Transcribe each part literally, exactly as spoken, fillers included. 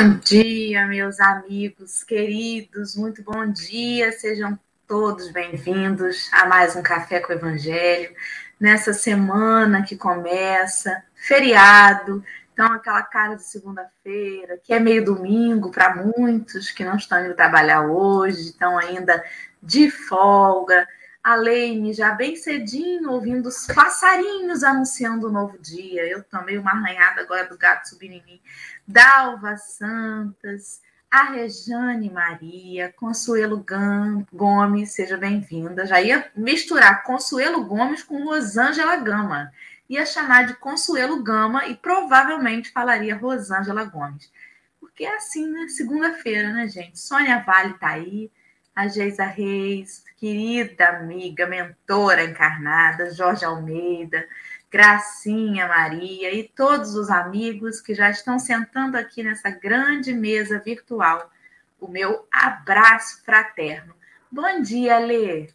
Bom dia, meus amigos queridos, muito bom dia, sejam todos bem-vindos a mais um Café com o Evangelho, nessa semana que começa, feriado, então aquela cara de segunda-feira, que é meio domingo para muitos que não estão indo trabalhar hoje, estão ainda de folga. A Leime já bem cedinho, ouvindo os passarinhos anunciando o novo dia. Eu tomei uma arranhada agora do gato subindo em mim. Dalva Santas, a Rejane Maria, Consuelo Gomes, seja bem-vinda. Já ia misturar Consuelo Gomes com Rosângela Gama. Ia chamar de Consuelo Gama e provavelmente falaria Rosângela Gomes. Porque é assim, né? Segunda-feira, né, gente? Sônia Vale tá aí. A Geisa Reis, querida amiga, mentora encarnada, Jorge Almeida, Gracinha Maria e todos os amigos que já estão sentando aqui nessa grande mesa virtual. O meu abraço fraterno. Bom dia, Lê.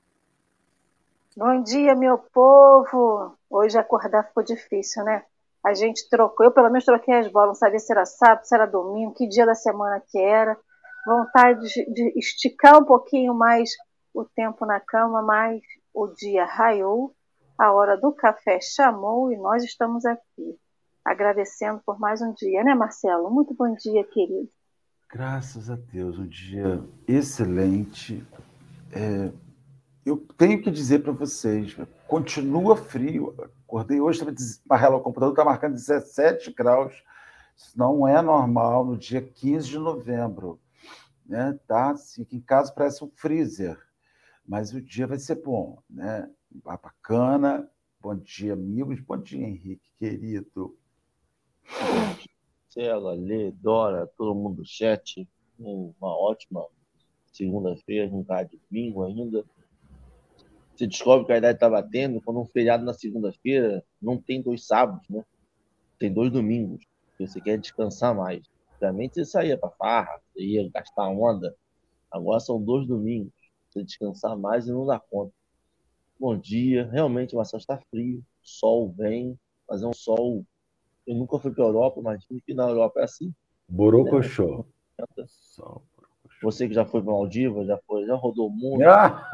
Bom dia, meu povo. Hoje acordar ficou difícil, né? A gente trocou, eu pelo menos troquei as bolas, não sabia se era sábado, se era domingo, que dia da semana que era. Vontade de esticar um pouquinho mais o tempo na cama, mas o dia raiou, a hora do café chamou e nós estamos aqui, agradecendo por mais um dia, né, Marcelo? Muito bom dia, querido. Graças a Deus, um dia excelente. É, eu tenho que dizer para vocês, continua frio. Acordei hoje, estava o computador está marcando dezessete graus. Isso não é normal no dia quinze de novembro. Né? Tá assim, aqui em casa parece um freezer, mas o dia vai ser bom, né? Bacana. Bom dia, amigos. Bom dia, Henrique, querido. Marcela, Lê, Dora, todo mundo do chat. Uma ótima segunda-feira, não está de domingo ainda. Você descobre que a idade está batendo quando um feriado na segunda-feira não tem dois sábados, né? Tem dois domingos. E você quer descansar mais. Antigamente você saía para farra, você ia gastar onda. Agora são dois domingos. Você descansar mais e não dá conta. Bom dia. Realmente, Marcelo, está frio. Sol vem, mas é um sol. Eu nunca fui para a Europa, mas que na Europa é assim. Borocochô. Né? Você que já foi para Maldivas, já foi, já rodou o mundo.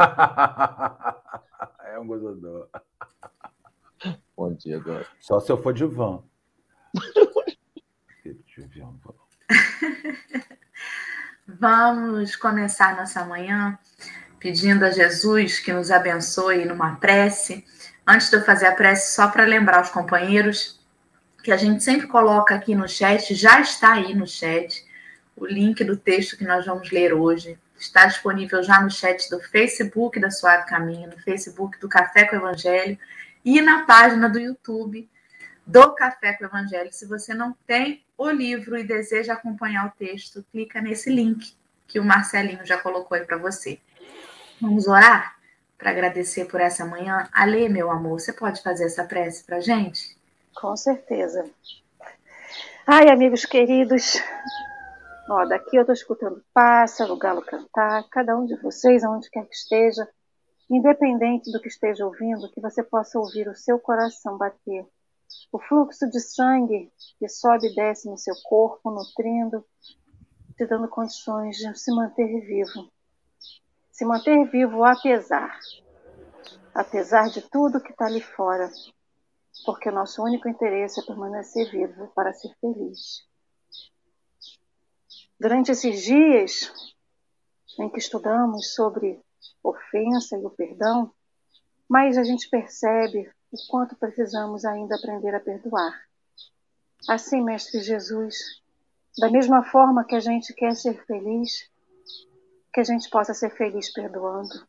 É um gozador. Bom dia, agora. Só se eu for de van. Vamos começar nossa manhã pedindo a Jesus que nos abençoe numa prece. Antes de eu fazer a prece, só para lembrar os companheiros que a gente sempre coloca aqui no chat, já está aí no chat, o link do texto que nós vamos ler hoje. Está disponível já no chat do Facebook da Suave Caminho, no Facebook do Café com o Evangelho e na página do YouTube do Café com o Evangelho. Se você não tem o livro e deseja acompanhar o texto, clica nesse link que o Marcelinho já colocou aí para você. Vamos orar para agradecer por essa manhã? Alê, meu amor, você pode fazer essa prece para a gente? Com certeza. Ai, amigos queridos, ó, daqui eu estou escutando pássaro, galo cantar, cada um de vocês, aonde quer que esteja, independente do que esteja ouvindo, que você possa ouvir o seu coração bater, o fluxo de sangue que sobe e desce no seu corpo, nutrindo, te dando condições de se manter vivo. Se manter vivo apesar, apesar de tudo que está ali fora, porque o nosso único interesse é permanecer vivo para ser feliz. Durante esses dias em que estudamos sobre ofensa e o perdão, mas a gente percebe o quanto precisamos ainda aprender a perdoar. Assim, Mestre Jesus, da mesma forma que a gente quer ser feliz, que a gente possa ser feliz perdoando.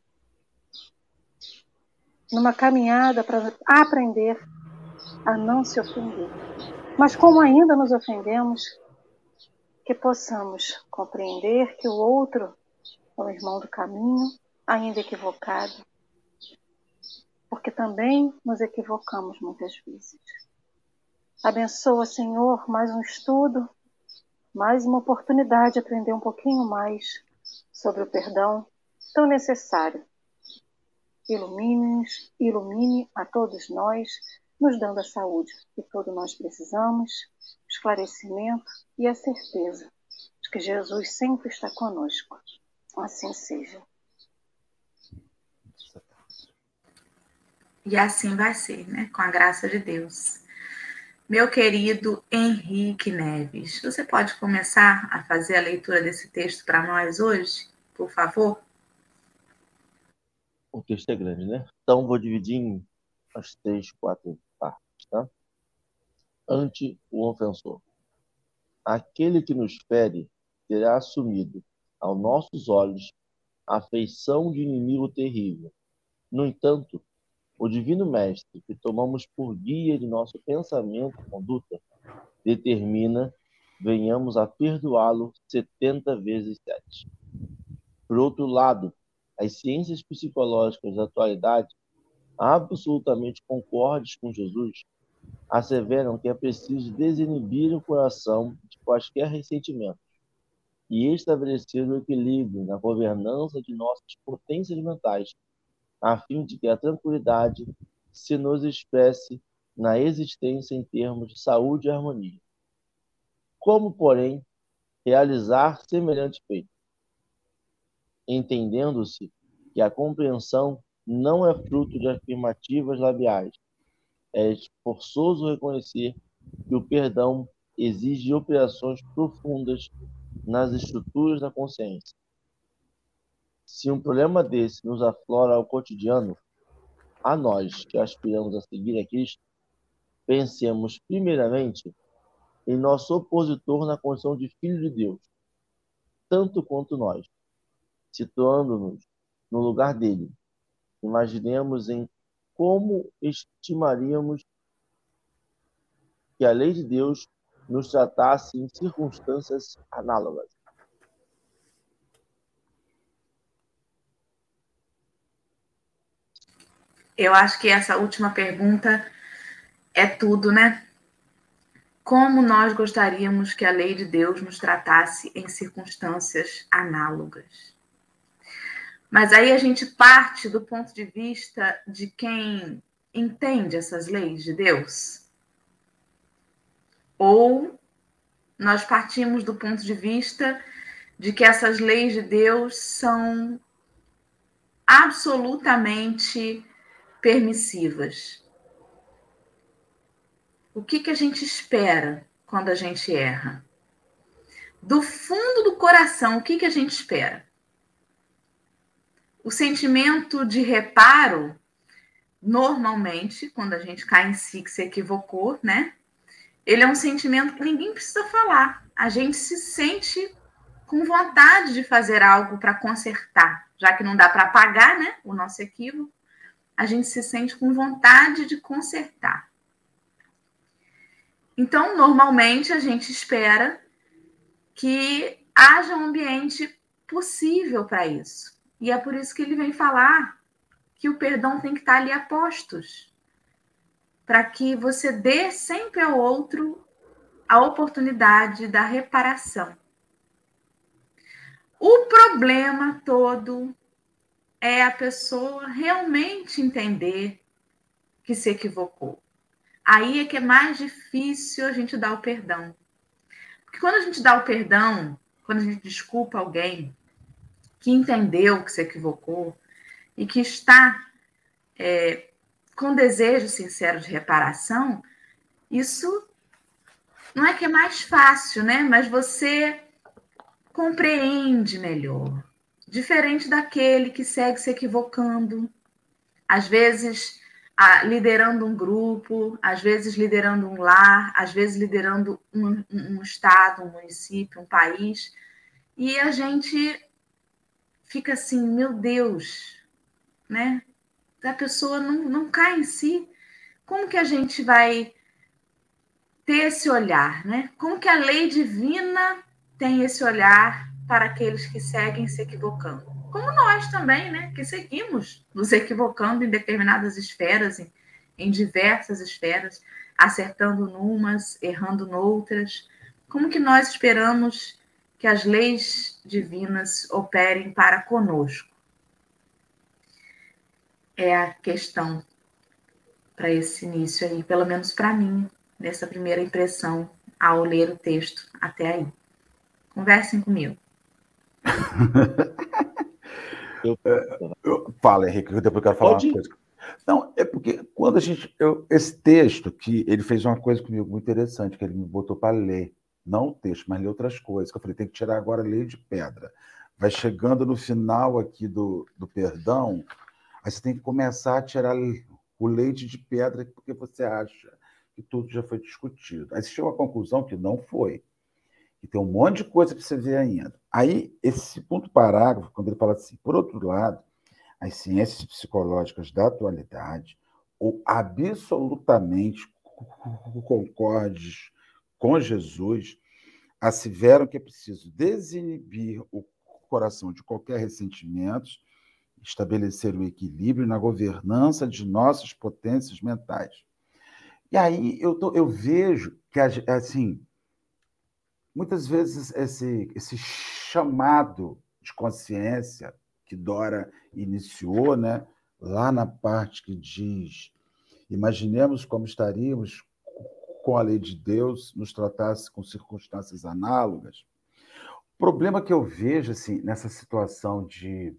Numa caminhada para aprender a não se ofender. Mas como ainda nos ofendemos, que possamos compreender que o outro é o irmão do caminho, ainda equivocado, porque também nos equivocamos muitas vezes. Abençoa, Senhor, mais um estudo, mais uma oportunidade de aprender um pouquinho mais sobre o perdão tão necessário. Ilumine-nos, ilumine a todos nós, nos dando a saúde que todos nós precisamos, esclarecimento e a certeza que Jesus sempre está conosco. Assim seja. E assim vai ser, né? Com a graça de Deus. Meu querido Henrique Neves, você pode começar a fazer a leitura desse texto para nós hoje, por favor? O texto é grande, né? Então, vou dividir em as três, quatro partes, tá? Ante o ofensor. Aquele que nos fere terá assumido, aos nossos olhos, a feição de inimigo terrível. No entanto, o Divino Mestre, que tomamos por guia de nosso pensamento e conduta, determina, venhamos a perdoá-lo setenta vezes sete. Por outro lado, as ciências psicológicas da atualidade, absolutamente concordes com Jesus, asseveram que é preciso desinibir o coração de quaisquer ressentimentos e estabelecer o equilíbrio na governança de nossas potências mentais, a fim de que a tranquilidade se nos expresse na existência em termos de saúde e harmonia. Como, porém, realizar semelhante feito? Entendendo-se que a compreensão não é fruto de afirmativas labiais, é forçoso reconhecer que o perdão exige operações profundas nas estruturas da consciência. Se um problema desse nos aflora ao cotidiano, a nós que aspiramos a seguir a Cristo, pensemos primeiramente em nosso opositor na condição de filho de Deus, tanto quanto nós, situando-nos no lugar dele. Imaginemos em como estimaríamos que a lei de Deus nos tratasse em circunstâncias análogas. Eu acho que essa última pergunta é tudo, né? Como nós gostaríamos que a lei de Deus nos tratasse em circunstâncias análogas? Mas aí a gente parte do ponto de vista de quem entende essas leis de Deus? Ou nós partimos do ponto de vista de que essas leis de Deus são absolutamente permissivas? O que, que a gente espera quando a gente erra? Do fundo do coração, o que, que a gente espera? O sentimento de reparo, normalmente, quando a gente cai em si que se equivocou, né? Ele é um sentimento que ninguém precisa falar. A gente se sente com vontade de fazer algo para consertar, já que não dá para apagar, né, o nosso equívoco. A gente se sente com vontade de consertar. Então, normalmente, a gente espera que haja um ambiente possível para isso. E é por isso que ele vem falar que o perdão tem que estar ali a postos, para que você dê sempre ao outro a oportunidade da reparação. O problema todo é a pessoa realmente entender que se equivocou. Aí é que é mais difícil a gente dar o perdão. Porque quando a gente dá o perdão, quando a gente desculpa alguém que entendeu que se equivocou e que está é, com desejo sincero de reparação, isso não é que é mais fácil, né? Mas você compreende melhor. Diferente daquele que segue se equivocando, às vezes liderando um grupo, às vezes liderando um lar, às vezes liderando um, um estado, um município, um país, e a gente fica assim, meu Deus, né? A pessoa não, não cai em si. Como que a gente vai ter esse olhar, né? Como que a lei divina tem esse olhar para aqueles que seguem se equivocando? Como nós também, né? Que seguimos nos equivocando em determinadas esferas, em, em diversas esferas, acertando numas, errando noutras. Como que nós esperamos que as leis divinas operem para conosco? É a questão para esse início aí, pelo menos para mim, nessa primeira impressão ao ler o texto até aí. Conversem comigo. Eu, Eu, fala, Henrique, depois eu quero falar Pode uma ir. coisa. Não, é porque quando a gente. Eu, esse texto, que ele fez uma coisa comigo muito interessante, que ele me botou para ler. Não o texto, mas ler outras coisas. Que eu falei, tem que tirar agora a lei de pedra. Vai chegando no final aqui do, do perdão, aí você tem que começar a tirar o leite de pedra, porque você acha que tudo já foi discutido. Aí você chegou à conclusão que não foi. E tem um monte de coisa para você ver ainda. Aí, esse segundo parágrafo, quando ele fala assim, por outro lado, as ciências psicológicas da atualidade, ou absolutamente concordes com Jesus, asseveram que é preciso desinibir o coração de qualquer ressentimento, estabelecer o equilíbrio na governança de nossas potências mentais. E aí eu, tô, eu vejo que, assim, muitas vezes esse, esse chamado de consciência que Dora iniciou, né, lá na parte que diz: imaginemos como estaríamos com a lei de Deus nos tratasse com circunstâncias análogas. O problema que eu vejo assim, nessa situação de,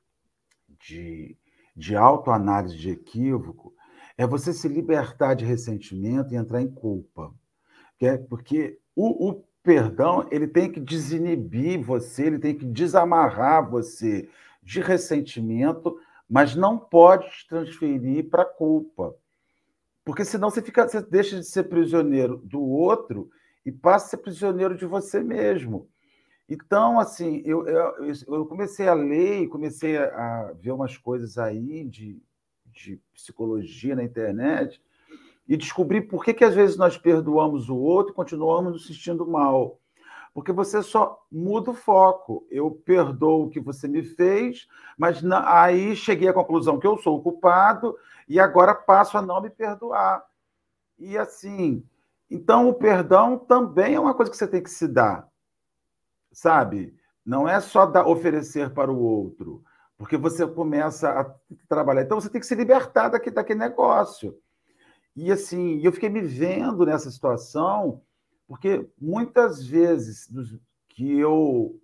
de, de autoanálise de equívoco é você se libertar de ressentimento e entrar em culpa. Porque o, o perdão ele tem que desinibir você, ele tem que desamarrar você de ressentimento, mas não pode te transferir para a culpa. Porque senão você, fica, você deixa de ser prisioneiro do outro e passa a ser prisioneiro de você mesmo. Então, assim, eu, eu, eu comecei a ler e comecei a ver umas coisas aí de, de psicologia na internet e descobri por que, que às vezes nós perdoamos o outro e continuamos nos sentindo mal. Porque você só muda o foco. Eu perdoo o que você me fez, mas não, aí cheguei à conclusão que eu sou o culpado e agora passo a não me perdoar. E assim, então o perdão também é uma coisa que você tem que se dar, sabe? Não é só dar, oferecer para o outro, porque você começa a trabalhar. Então você tem que se libertar daquele, daquele negócio. E assim, eu fiquei me vendo nessa situação, porque muitas vezes que eu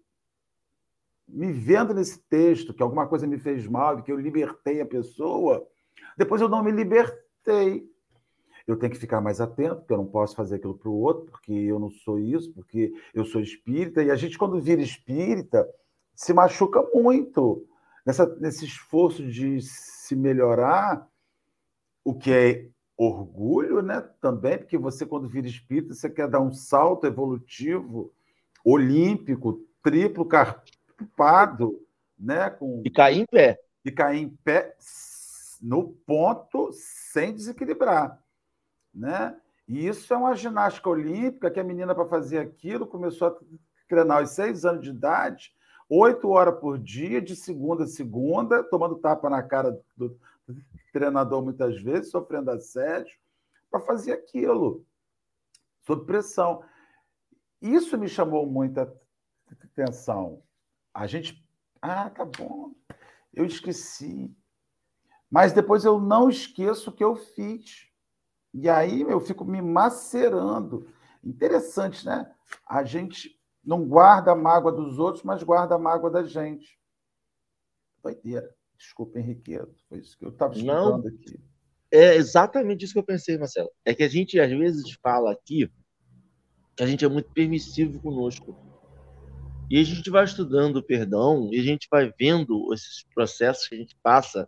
me vendo nesse texto, que alguma coisa me fez mal, que eu libertei a pessoa, depois eu não me libertei. Eu tenho que ficar mais atento, porque eu não posso fazer aquilo para o outro, porque eu não sou isso, porque eu sou espírita, e a gente, quando vira espírita, se machuca muito nessa, nesse esforço de se melhorar, o que é orgulho, né? Também, porque você, quando vira espírita, você quer dar um salto evolutivo, olímpico, triplo carpado, né? Com, E cair em pé. E cair em pé no ponto sem desequilibrar, né? E isso é uma ginástica olímpica que a menina, para fazer aquilo, começou a treinar aos seis anos de idade, oito horas por dia, de segunda a segunda, tomando tapa na cara do treinador muitas vezes, sofrendo assédio, para fazer aquilo, sob pressão. Isso me chamou muita atenção. A gente, ah, tá bom, eu esqueci. Mas depois eu não esqueço o que eu fiz. E aí eu fico me macerando. Interessante, né? A gente não guarda a mágoa dos outros, mas guarda a mágoa da gente. Doideira. Desculpa, Henriqueto. Foi isso que eu estava escutando Não, aqui. é exatamente isso que eu pensei, Marcelo. É que a gente, às vezes, fala aqui que a gente é muito permissivo conosco. E a gente vai estudando o perdão e a gente vai vendo esses processos que a gente passa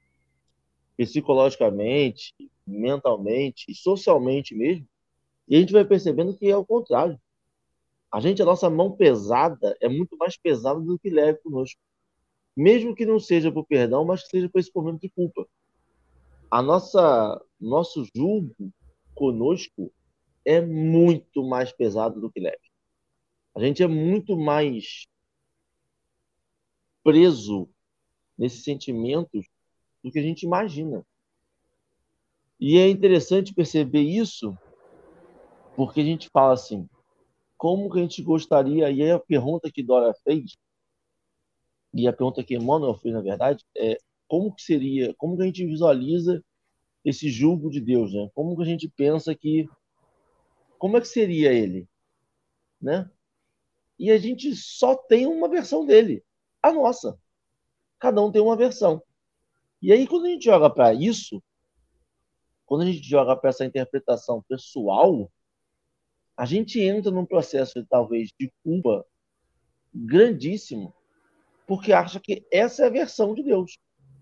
psicologicamente, mentalmente e socialmente mesmo, e a gente vai percebendo que é o contrário. A gente, a nossa mão pesada é muito mais pesada do que leve conosco. Mesmo que não seja por perdão, mas que seja por esse momento de culpa. A nossa, nosso julgo conosco é muito mais pesado do que leve. A gente é muito mais preso nesses sentimentos do que a gente imagina. E é interessante perceber isso, porque a gente fala assim, como que a gente gostaria, e aí a pergunta que Dora fez, e a pergunta que Emmanuel fez, na verdade, é como que seria, como que a gente visualiza esse julgo de Deus, né? Como que a gente pensa que, como é que seria ele, né? e a gente só tem uma versão dele, a nossa. Cada um tem uma versão. E aí, quando a gente joga para isso, quando a gente joga para essa interpretação pessoal, a gente entra num processo, talvez, de culpa grandíssimo, porque acha que essa é a versão de Deus.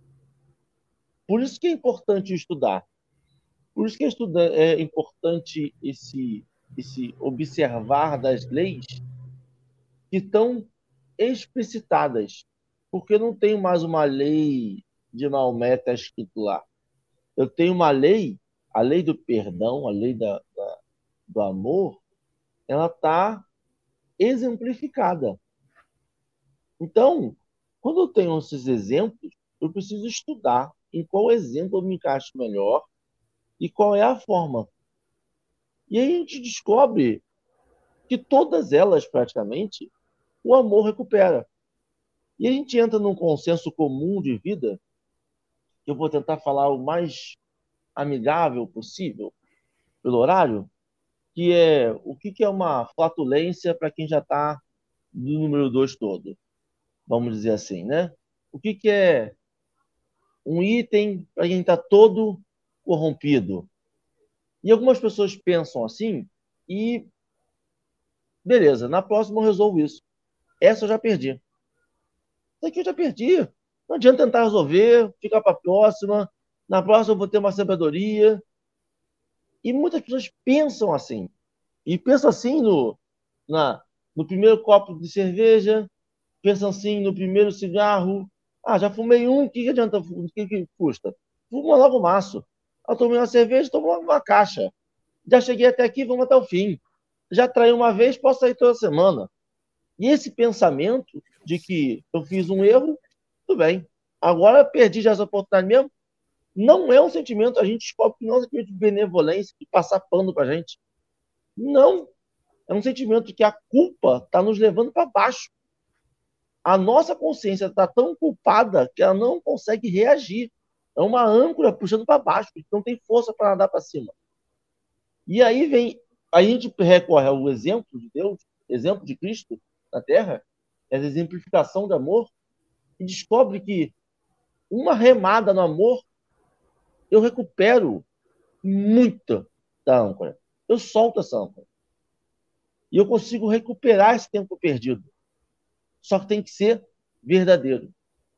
Por isso que é importante estudar. Por isso que é, estuda- é importante esse, esse observar das leis que estão explicitadas. Porque não tem mais uma lei de Maomé tá escrito lá. Eu tenho uma lei, a lei do perdão, a lei da, da- do amor, ela está exemplificada. Então, quando eu tenho esses exemplos, eu preciso estudar em qual exemplo eu me encaixo melhor e qual é a forma. E aí a gente descobre que todas elas, praticamente, o amor recupera. E a gente entra num consenso comum de vida, que eu vou tentar falar o mais amigável possível, pelo horário, que é o que que é uma flatulência para quem já está no número dois todo, vamos dizer assim, né? O que que é um item para quem está todo corrompido? E algumas pessoas pensam assim e, beleza, na próxima eu resolvo isso. Essa eu já perdi. Isso aqui eu já perdi. Não adianta tentar resolver, ficar para a próxima. Na próxima eu vou ter uma sabedoria. E muitas pessoas pensam assim. E pensam assim no, na, no primeiro copo de cerveja, pensam assim no primeiro cigarro. Ah, já fumei um, o que, que adianta? O que, que custa? Fuma logo o maço. Eu tomei uma cerveja, tomo logo uma caixa. Já cheguei até aqui, vamos até o fim. Já traí uma vez, posso sair toda semana. E esse pensamento de que eu fiz um erro, tudo bem. Agora perdi já essa oportunidade mesmo. Não é um sentimento, a gente descobre que não é um sentimento de benevolência, de passar pano pra gente. Não. É um sentimento de que a culpa está nos levando para baixo. A nossa consciência está tão culpada que ela não consegue reagir. É uma âncora puxando para baixo, não tem força para nadar para cima. E aí vem, a gente recorre ao exemplo de Deus, exemplo de Cristo na Terra, essa exemplificação de amor, e descobre que uma remada no amor, eu recupero muito da âncora. Eu solto essa âncora. E eu consigo recuperar esse tempo perdido. Só que tem que ser verdadeiro.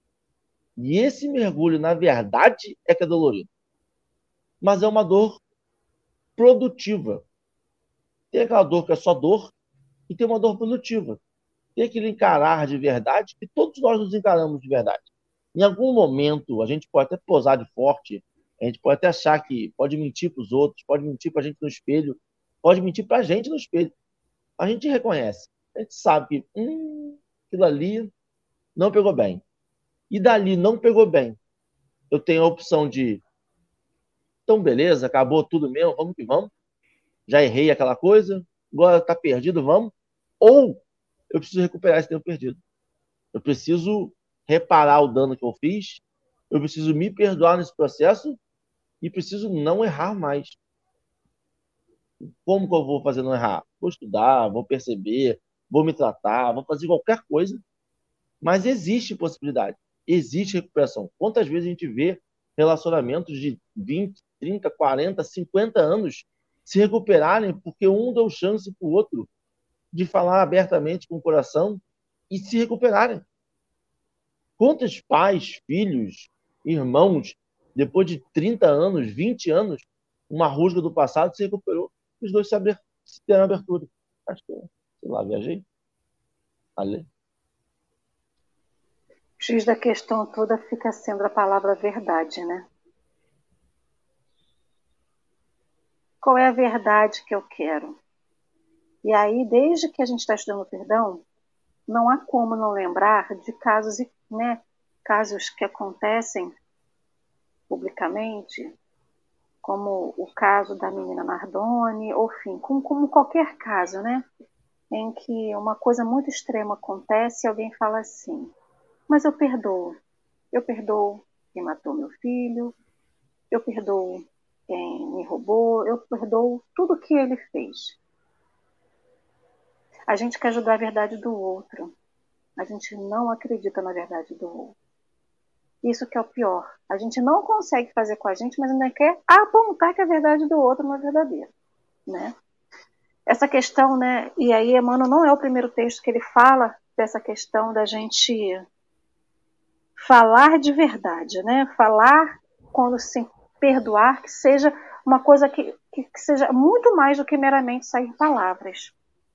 E esse mergulho na verdade é que é dolorido. Mas é uma dor produtiva. Tem aquela dor que é só dor e tem uma dor produtiva. Tem aquele encarar de verdade que todos nós nos encaramos de verdade. Em algum momento, a gente pode até posar de forte, a gente pode até achar que pode mentir para os outros, pode mentir para a gente no espelho, pode mentir para a gente no espelho. A gente reconhece. A gente sabe que hum, aquilo ali não pegou bem. E dali não pegou bem. Eu tenho a opção de, então beleza, acabou tudo mesmo, vamos que vamos. Já errei aquela coisa, agora está perdido, vamos. Ou eu preciso recuperar esse tempo perdido. Eu preciso reparar o dano que eu fiz, eu preciso me perdoar nesse processo e preciso não errar mais. Como que eu vou fazer não errar? Vou estudar, vou perceber, vou me tratar, vou fazer qualquer coisa, mas existe possibilidade, existe recuperação. Quantas vezes a gente vê relacionamentos de vinte, trinta, quarenta, cinquenta anos se recuperarem porque um deu chance para o outro de falar abertamente com o coração e se recuperarem. Quantos pais, filhos, irmãos, depois de trinta anos, vinte anos, uma rusga do passado se recuperou, os dois se, aber, se deram abertura. Acho que, sei lá, viajei. Ali. O X da questão toda fica sendo a palavra verdade, né? Qual é a verdade que eu quero? E aí, desde que a gente está estudando perdão, não há como não lembrar de casos, né, casos que acontecem publicamente, como o caso da menina Nardone, ou enfim, como, como qualquer caso, né, em que uma coisa muito extrema acontece e alguém fala assim, mas eu perdoo, eu perdoo quem matou meu filho, eu perdoo quem me roubou, eu perdoo tudo que ele fez. A gente quer ajudar a verdade do outro. A gente não acredita na verdade do outro. Isso que é o pior. A gente não consegue fazer com a gente, mas ainda quer apontar que a verdade do outro não é verdadeira, né? Essa questão, né? E aí Emmanuel não é o primeiro texto que ele fala dessa questão da gente falar de verdade, né? Falar quando se perdoar, que seja uma coisa que, que, que seja muito mais do que meramente sair palavras.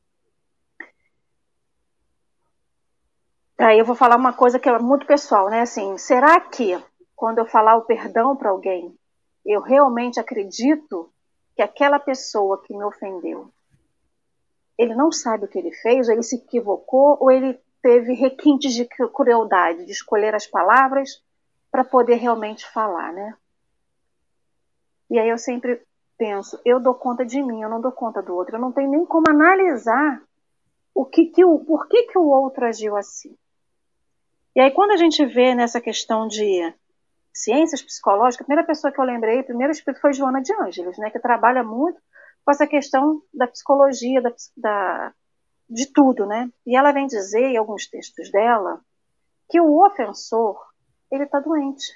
Aí eu vou falar uma coisa que é muito pessoal, né? Assim, será que quando eu falar o perdão para alguém, eu realmente acredito que aquela pessoa que me ofendeu, ele não sabe o que ele fez, ou ele se equivocou, ou ele teve requintes de crueldade, de escolher as palavras para poder realmente falar, né? E aí eu sempre penso, eu dou conta de mim, eu não dou conta do outro, eu não tenho nem como analisar o que que o, por que que o outro agiu assim. E aí quando a gente vê nessa questão de ciências psicológicas, a primeira pessoa que eu lembrei, o primeiro espírito foi Joana de Ângeles, né, que trabalha muito com essa questão da psicologia, da, da, de tudo, né? E ela vem dizer em alguns textos dela que o ofensor, ele está doente.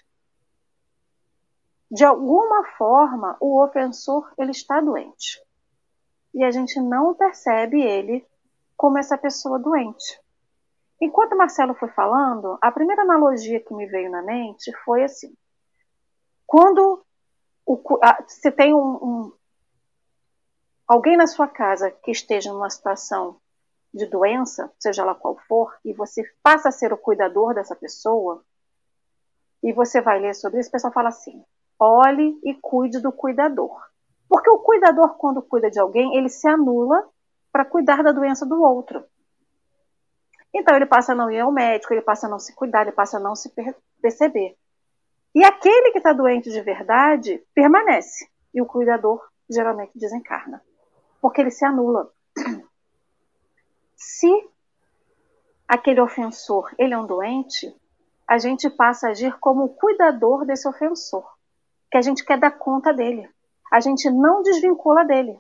De alguma forma, o ofensor, ele está doente. E a gente não percebe ele como essa pessoa doente. Enquanto o Marcelo foi falando, a primeira analogia que me veio na mente foi assim. Quando o, a, você tem um, um, alguém na sua casa que esteja numa situação de doença, seja ela qual for, e você passa a ser o cuidador dessa pessoa, e você vai ler sobre isso, o pessoal fala assim, olhe e cuide do cuidador. Porque o cuidador, quando cuida de alguém, ele se anula para cuidar da doença do outro. Então ele passa a não ir ao médico, ele passa a não se cuidar, ele passa a não se perceber. E aquele que está doente de verdade permanece. E o cuidador geralmente desencarna. Porque ele se anula. Se aquele ofensor ele é um doente, a gente passa a agir como o cuidador desse ofensor. Que a gente quer dar conta dele. A gente não desvincula dele.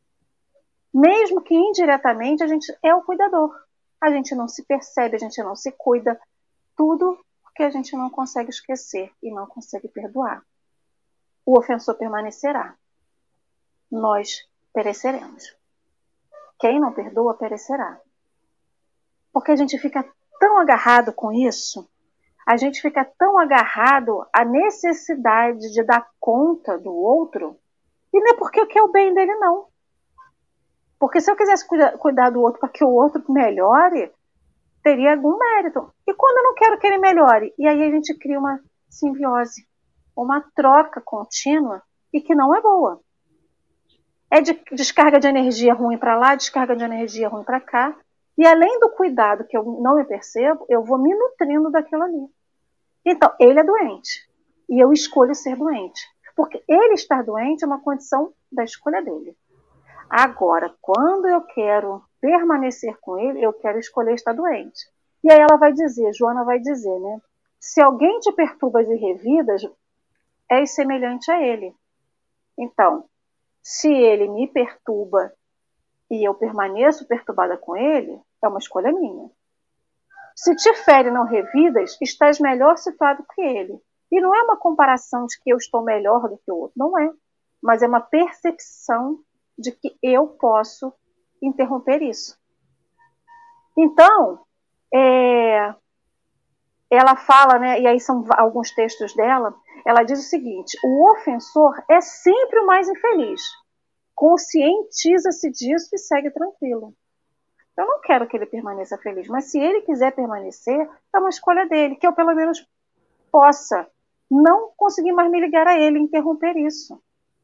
Mesmo que indiretamente a gente é o cuidador. A gente não se percebe, a gente não se cuida. Tudo porque a gente não consegue esquecer e não consegue perdoar. O ofensor permanecerá. Nós pereceremos. Quem não perdoa, perecerá. Porque a gente fica tão agarrado com isso, a gente fica tão agarrado à necessidade de dar conta do outro, e não é porque quer o bem dele, não. Porque se eu quisesse cuidar, cuidar do outro para que o outro melhore, teria algum mérito. E quando eu não quero que ele melhore? E aí a gente cria uma simbiose, uma troca contínua e que não é boa. É de descarga de energia ruim para lá, descarga de energia ruim para cá. E além do cuidado que eu não me percebo, eu vou me nutrindo daquilo ali. Então, ele é doente. E eu escolho ser doente. Porque ele estar doente é uma condição da escolha dele. Agora, quando eu quero permanecer com ele, eu quero escolher estar doente. E aí ela vai dizer, Joana vai dizer, né? Se alguém te perturba de revidas, és semelhante a ele. Então, se ele me perturba e eu permaneço perturbada com ele, é uma escolha minha. Se te fere não revidas, estás melhor situado que ele. E não é uma comparação de que eu estou melhor do que o outro, não é. Mas é uma percepção de que eu posso interromper isso. Então, é, ela fala, né, e aí são alguns textos dela, ela diz o seguinte, o ofensor é sempre o mais infeliz. Conscientiza-se disso e segue tranquilo. Eu não quero que ele permaneça feliz, mas se ele quiser permanecer, é uma escolha dele, que eu pelo menos possa não conseguir mais me ligar a ele e interromper isso.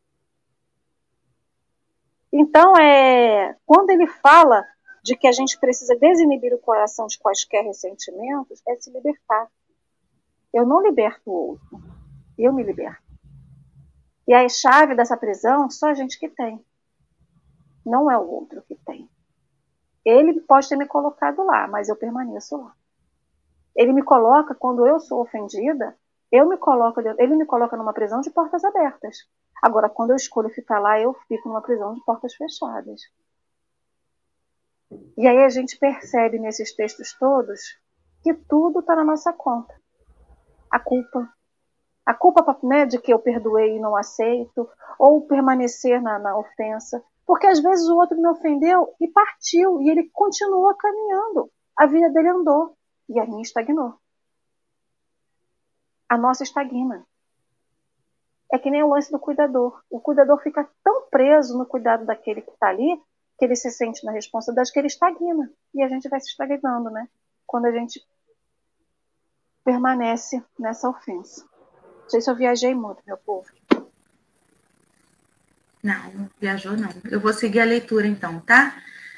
Então, é, quando ele fala de que a gente precisa desinibir o coração de quaisquer ressentimentos, é se libertar. Eu não liberto o outro, eu me liberto. E a chave dessa prisão só a gente que tem. Não é o outro que tem. Ele pode ter me colocado lá, mas eu permaneço lá. Ele me coloca, quando eu sou ofendida, eu me coloco, ele me coloca numa prisão de portas abertas. Agora, quando eu escolho ficar lá, eu fico numa prisão de portas fechadas. E aí a gente percebe nesses textos todos que tudo está na nossa conta. A culpa. A culpa, né, de que eu perdoei e não aceito, ou permanecer na, na ofensa. Porque às vezes o outro me ofendeu e partiu, e ele continuou caminhando. A vida dele andou, e a minha estagnou. A nossa estagna. É que nem o lance do cuidador. O cuidador fica tão preso no cuidado daquele que está ali, que ele se sente na responsabilidade, que ele estagna. E a gente vai se estagnando, né? Quando a gente permanece nessa ofensa. Não sei se eu viajei muito, meu povo. Não, não viajou não. Eu vou seguir a leitura então, tá?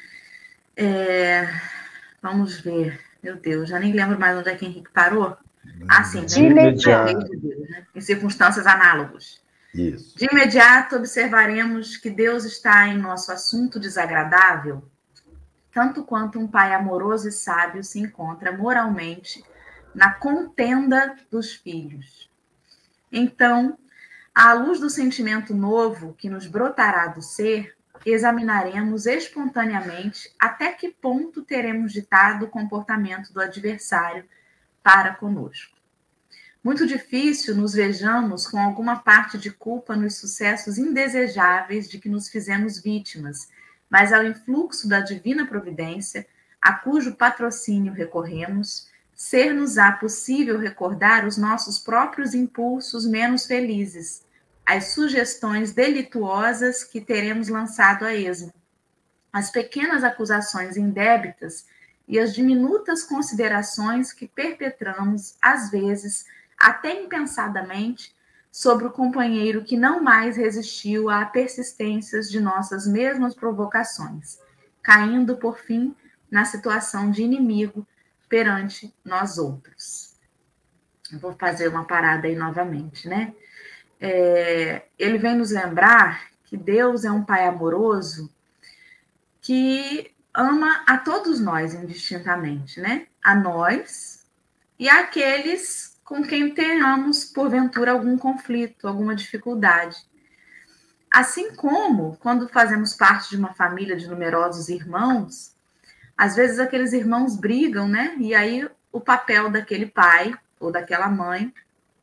É... Vamos ver. Meu Deus, já nem lembro mais onde é que Henrique parou. Ah, sim, de imediato. De Deus, né? Em circunstâncias análogas. Isso. De imediato observaremos que Deus está em nosso assunto desagradável, tanto quanto um pai amoroso e sábio se encontra moralmente na contenda dos filhos. Então, à luz do sentimento novo que nos brotará do ser, examinaremos espontaneamente até que ponto teremos ditado o comportamento do adversário para conosco. Muito difícil nos vejamos com alguma parte de culpa nos sucessos indesejáveis de que nos fizemos vítimas, mas ao influxo da divina providência, a cujo patrocínio recorremos, ser-nos-á possível recordar os nossos próprios impulsos menos felizes, as sugestões delituosas que teremos lançado a esmo, as pequenas acusações indébitas e as diminutas considerações que perpetramos, às vezes, até impensadamente, sobre o companheiro que não mais resistiu a persistências de nossas mesmas provocações, caindo, por fim, na situação de inimigo perante nós outros. Eu vou fazer uma parada aí novamente, né? É, ele vem nos lembrar que Deus é um Pai amoroso que ama a todos nós indistintamente, né? A nós e àqueles com quem tenhamos, porventura, algum conflito, alguma dificuldade. Assim como, quando fazemos parte de uma família de numerosos irmãos, às vezes aqueles irmãos brigam, né? E aí o papel daquele pai ou daquela mãe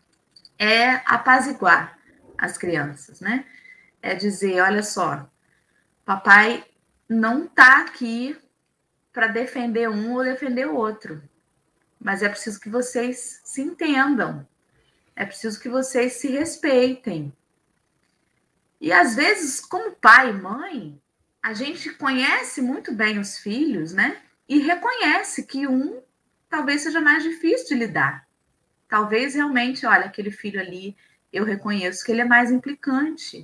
é apaziguar as crianças, né? É dizer, olha só, papai não está aqui para defender um ou defender o outro, mas é preciso que vocês se entendam, é preciso que vocês se respeitem. E às vezes, como pai e mãe, a gente conhece muito bem os filhos, né? E reconhece que um talvez seja mais difícil de lidar. Talvez realmente, olha, aquele filho ali, eu reconheço que ele é mais implicante.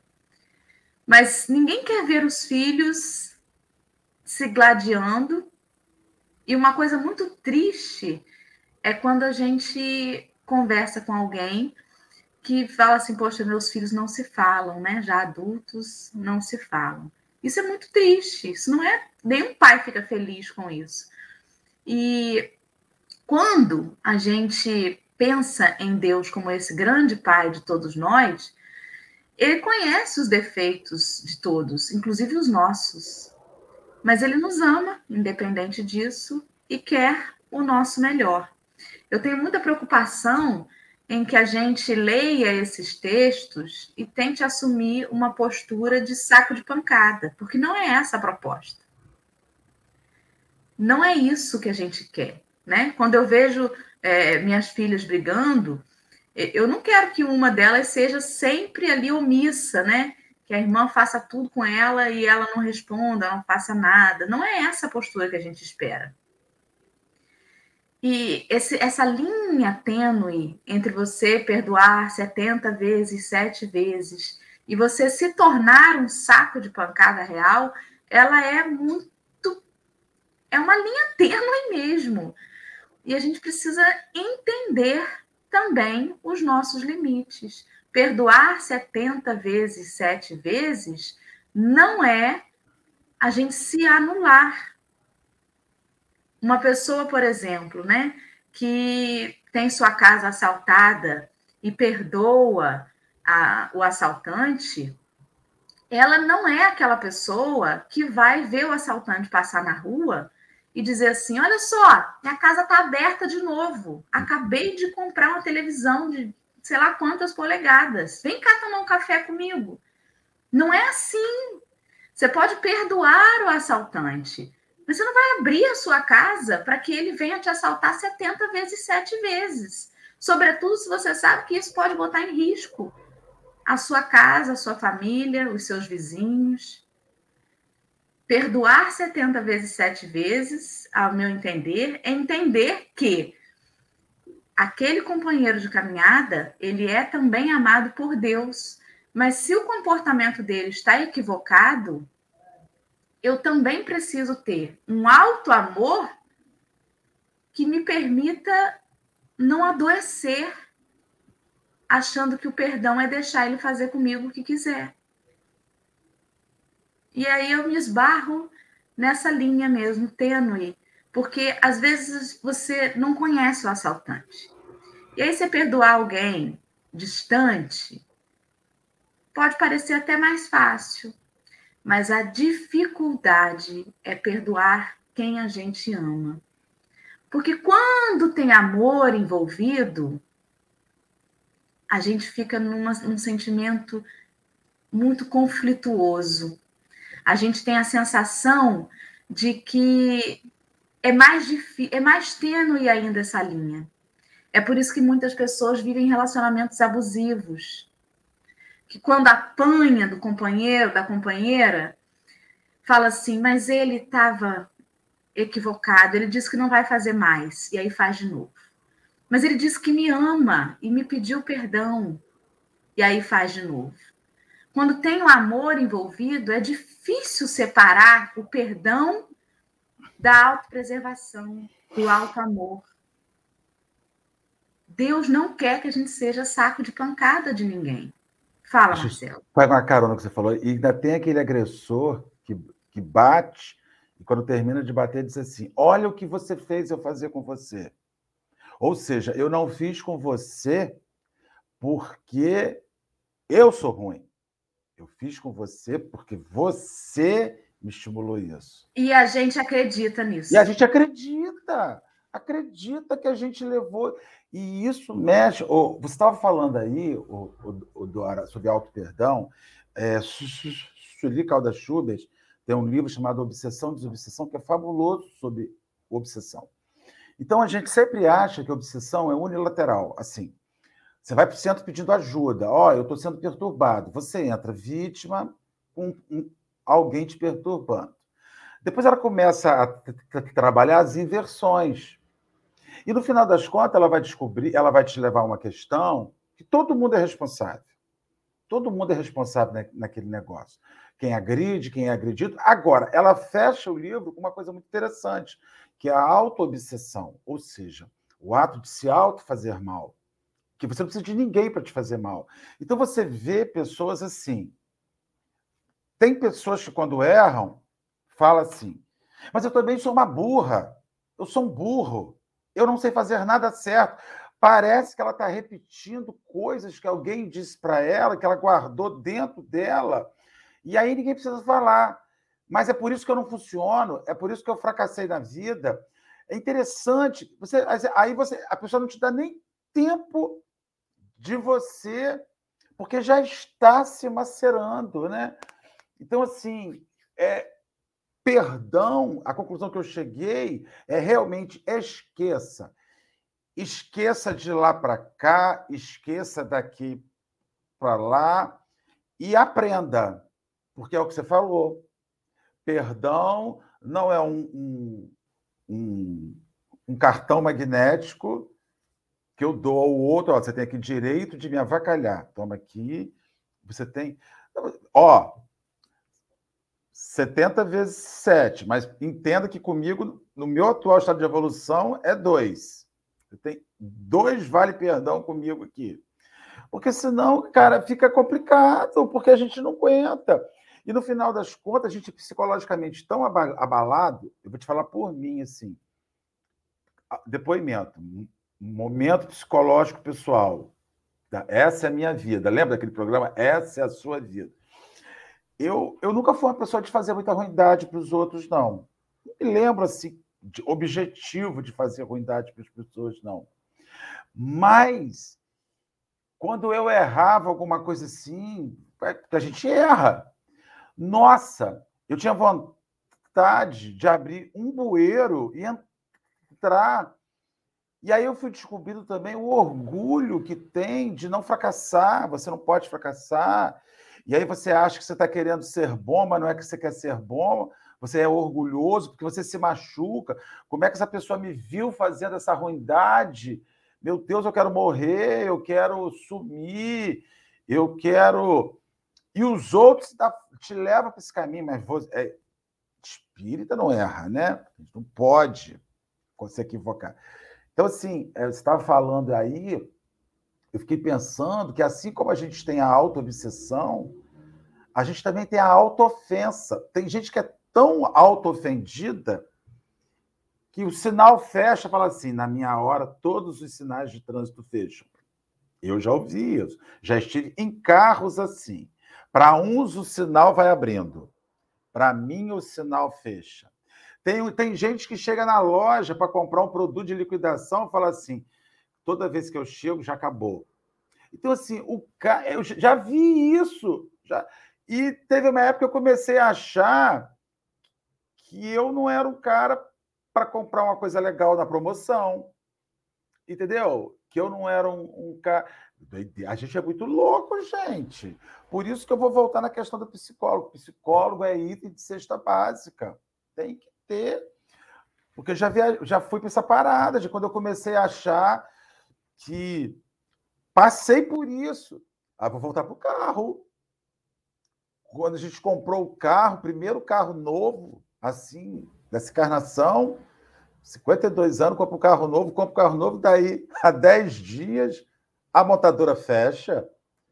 Mas ninguém quer ver os filhos se gladiando. E uma coisa muito triste é quando a gente conversa com alguém que fala assim, poxa, meus filhos não se falam, né? Já adultos não se falam. Isso é muito triste. Isso não é... Nenhum pai fica feliz com isso. E quando a gente pensa em Deus como esse grande pai de todos nós, ele conhece os defeitos de todos, inclusive os nossos. Mas ele nos ama, independente disso, e quer o nosso melhor. Eu tenho muita preocupação em que a gente leia esses textos e tente assumir uma postura de saco de pancada, porque não é essa a proposta. Não é isso que a gente quer, né? Quando eu vejo é, minhas filhas brigando, eu não quero que uma delas seja sempre ali omissa, né? Que a irmã faça tudo com ela e ela não responda, não faça nada. Não é essa a postura que a gente espera. E esse, essa linha tênue entre você perdoar setenta vezes, sete vezes, e você se tornar um saco de pancada real, ela é muito... É uma linha tênue mesmo. E a gente precisa entender também os nossos limites. Perdoar setenta vezes, sete vezes, não é a gente se anular. Uma pessoa, por exemplo, né, que tem sua casa assaltada e perdoa a, o assaltante, ela não é aquela pessoa que vai ver o assaltante passar na rua e dizer assim, olha só, minha casa está aberta de novo, acabei de comprar uma televisão de sei lá quantas polegadas, vem cá tomar um café comigo. Não é assim. Você pode perdoar o assaltante, mas você não vai abrir a sua casa para que ele venha te assaltar setenta vezes sete vezes. Sobretudo se você sabe que isso pode botar em risco a sua casa, a sua família, os seus vizinhos. Perdoar setenta vezes sete vezes, ao meu entender, é entender que aquele companheiro de caminhada, ele é também amado por Deus. Mas se o comportamento dele está equivocado, eu também preciso ter um alto amor que me permita não adoecer achando que o perdão é deixar ele fazer comigo o que quiser. E aí eu me esbarro nessa linha mesmo, tênue, porque às vezes você não conhece o assaltante. E aí você perdoar alguém distante pode parecer até mais fácil, mas a dificuldade é perdoar quem a gente ama. Porque quando tem amor envolvido, a gente fica numa, num sentimento muito conflituoso. A gente tem a sensação de que é mais difícil, é mais tênue ainda essa linha. É por isso que muitas pessoas vivem relacionamentos abusivos. Que quando apanha do companheiro, da companheira, fala assim, mas ele estava equivocado, ele disse que não vai fazer mais, e aí faz de novo. Mas ele disse que me ama e me pediu perdão, e aí faz de novo. Quando tem o amor envolvido, é difícil separar o perdão da autopreservação, do alto amor. Deus não quer que a gente seja saco de pancada de ninguém. Fala, Marcelo. Vai com a carona que você falou. E ainda tem aquele agressor que, que bate, e quando termina de bater, diz assim, olha o que você fez eu fazer com você. Ou seja, eu não fiz com você porque eu sou ruim. Eu fiz com você porque você me estimulou isso. E a gente acredita nisso. E a gente acredita. Acredita que a gente levou... E isso mexe... Oh, você estava falando aí, oh, oh, oh, Dora, sobre auto-perdão. É, Sueli Caldas Schubert tem um livro chamado Obsessão e Desobsessão, que é fabuloso sobre obsessão. Então, a gente sempre acha que a obsessão é unilateral. Assim, você vai para o centro pedindo ajuda. Ó, oh, eu estou sendo perturbado. Você entra vítima com um, alguém te perturbando. Depois ela começa a trabalhar as inversões. E, no final das contas, ela vai descobrir, ela vai te levar a uma questão que todo mundo é responsável. Todo mundo é responsável naquele negócio. Quem agride, quem é agredido. Agora, ela fecha o livro com uma coisa muito interessante, que é a auto-obsessão, ou seja, o ato de se auto-fazer mal. Que você não precisa de ninguém para te fazer mal. Então, você vê pessoas assim. Tem pessoas que, quando erram, falam assim, mas eu também sou uma burra. Eu sou um burro. Eu não sei fazer nada certo. Parece que ela está repetindo coisas que alguém disse para ela, que ela guardou dentro dela, e aí ninguém precisa falar. Mas é por isso que eu não funciono, é por isso que eu fracassei na vida. É interessante. Você, aí você, a pessoa não te dá nem tempo de você, porque já está se macerando, né? Então, assim, é, perdão, a conclusão que eu cheguei é realmente esqueça. Esqueça de lá para cá, esqueça daqui para lá e aprenda, porque é o que você falou. Perdão não é um, um, um, um cartão magnético que eu dou ao outro. Ó, você tem aqui direito de me avacalhar. Toma aqui. Você tem... Ó, setenta vezes sete, mas entenda que comigo, no meu atual estado de evolução, é dois. Tem dois vale-perdão comigo aqui. Porque senão, cara, fica complicado, porque a gente não aguenta. E no final das contas, a gente psicologicamente tão abalado, eu vou te falar por mim, assim, depoimento, momento psicológico pessoal. Essa é a minha vida. Lembra daquele programa? Essa é a sua vida. eu, eu nunca fui uma pessoa de fazer muita ruindade para os outros, não. Não me lembro, assim, de objetivo de fazer ruindade para as pessoas, não. Mas, quando eu errava alguma coisa assim, a gente erra. Nossa, eu tinha vontade de abrir um bueiro e entrar. E aí eu fui descobrindo também o orgulho que tem de não fracassar. Você não pode fracassar. E aí você acha que você está querendo ser bom, mas não é que você quer ser bom. Você é orgulhoso porque você se machuca. Como é que essa pessoa me viu fazendo essa ruindade? Meu Deus, eu quero morrer, eu quero sumir, eu quero... E os outros te levam para esse caminho, mas você... é... espírita não erra, né? A gente não pode se equivocar. Então, assim, você estava falando aí, eu fiquei pensando que assim como a gente tem a auto-obsessão, a gente também tem a auto-ofensa. Tem gente que é tão auto-ofendida que o sinal fecha, fala assim, na minha hora, todos os sinais de trânsito fecham. Eu já ouvi isso. Já estive em carros assim. Para uns, o sinal vai abrindo. Para mim, o sinal fecha. Tem, tem gente que chega na loja para comprar um produto de liquidação e fala assim, toda vez que eu chego, já acabou. Então, assim, o ca... eu já vi isso. Já... E teve uma época que eu comecei a achar que eu não era um cara para comprar uma coisa legal na promoção. Entendeu? Que eu não era um, um cara... A gente é muito louco, gente. Por isso que eu vou voltar na questão do psicólogo. O psicólogo é item de cesta básica. Tem que ter. Porque eu já, via... já fui para essa parada de quando eu comecei a achar que passei por isso. Ah, vou voltar para o carro. Quando a gente comprou o carro, primeiro carro novo, assim, dessa encarnação, cinquenta e dois anos, compro um carro novo, compro um carro novo, daí a dez dias a montadora fecha,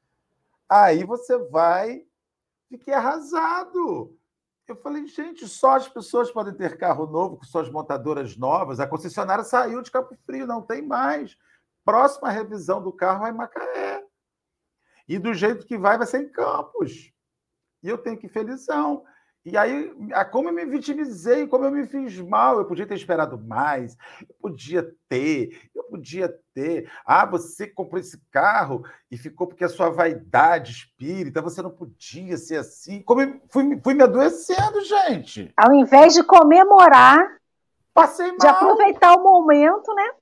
aí você vai, fiquei arrasado. Eu falei, gente, só as pessoas podem ter carro novo com suas montadoras novas, a concessionária saiu de Cabo Frio, não tem mais. Próxima revisão do carro é em Macaé. E do jeito que vai, vai ser em Campos. E eu tenho que ir felizão. E aí, como eu me vitimizei, como eu me fiz mal, eu podia ter esperado mais, eu podia ter, eu podia ter. Ah, você comprou esse carro e ficou porque a sua vaidade espírita, você não podia ser assim. Como eu fui, fui me adoecendo, gente. Ao invés de comemorar, passei mal. De aproveitar o momento, né?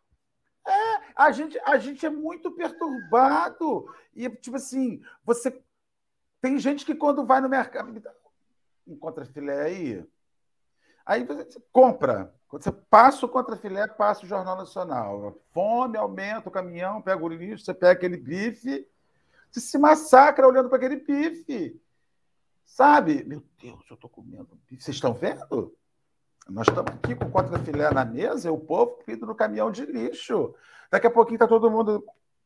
É, a gente, a gente é muito perturbado. E, tipo assim, você... Tem gente que quando vai no mercado... Encontra filé aí. Aí você compra. Quando você passa o contrafilé, passa o Jornal Nacional. Fome, aumenta o caminhão, pega o lixo, você pega aquele bife, você se massacra olhando para aquele bife. Sabe? Meu Deus, eu estou comendo bife. Vocês estão vendo? Nós estamos aqui com o contrafilé na mesa e o povo indo no caminhão de lixo. Daqui a pouquinho está todo mundo...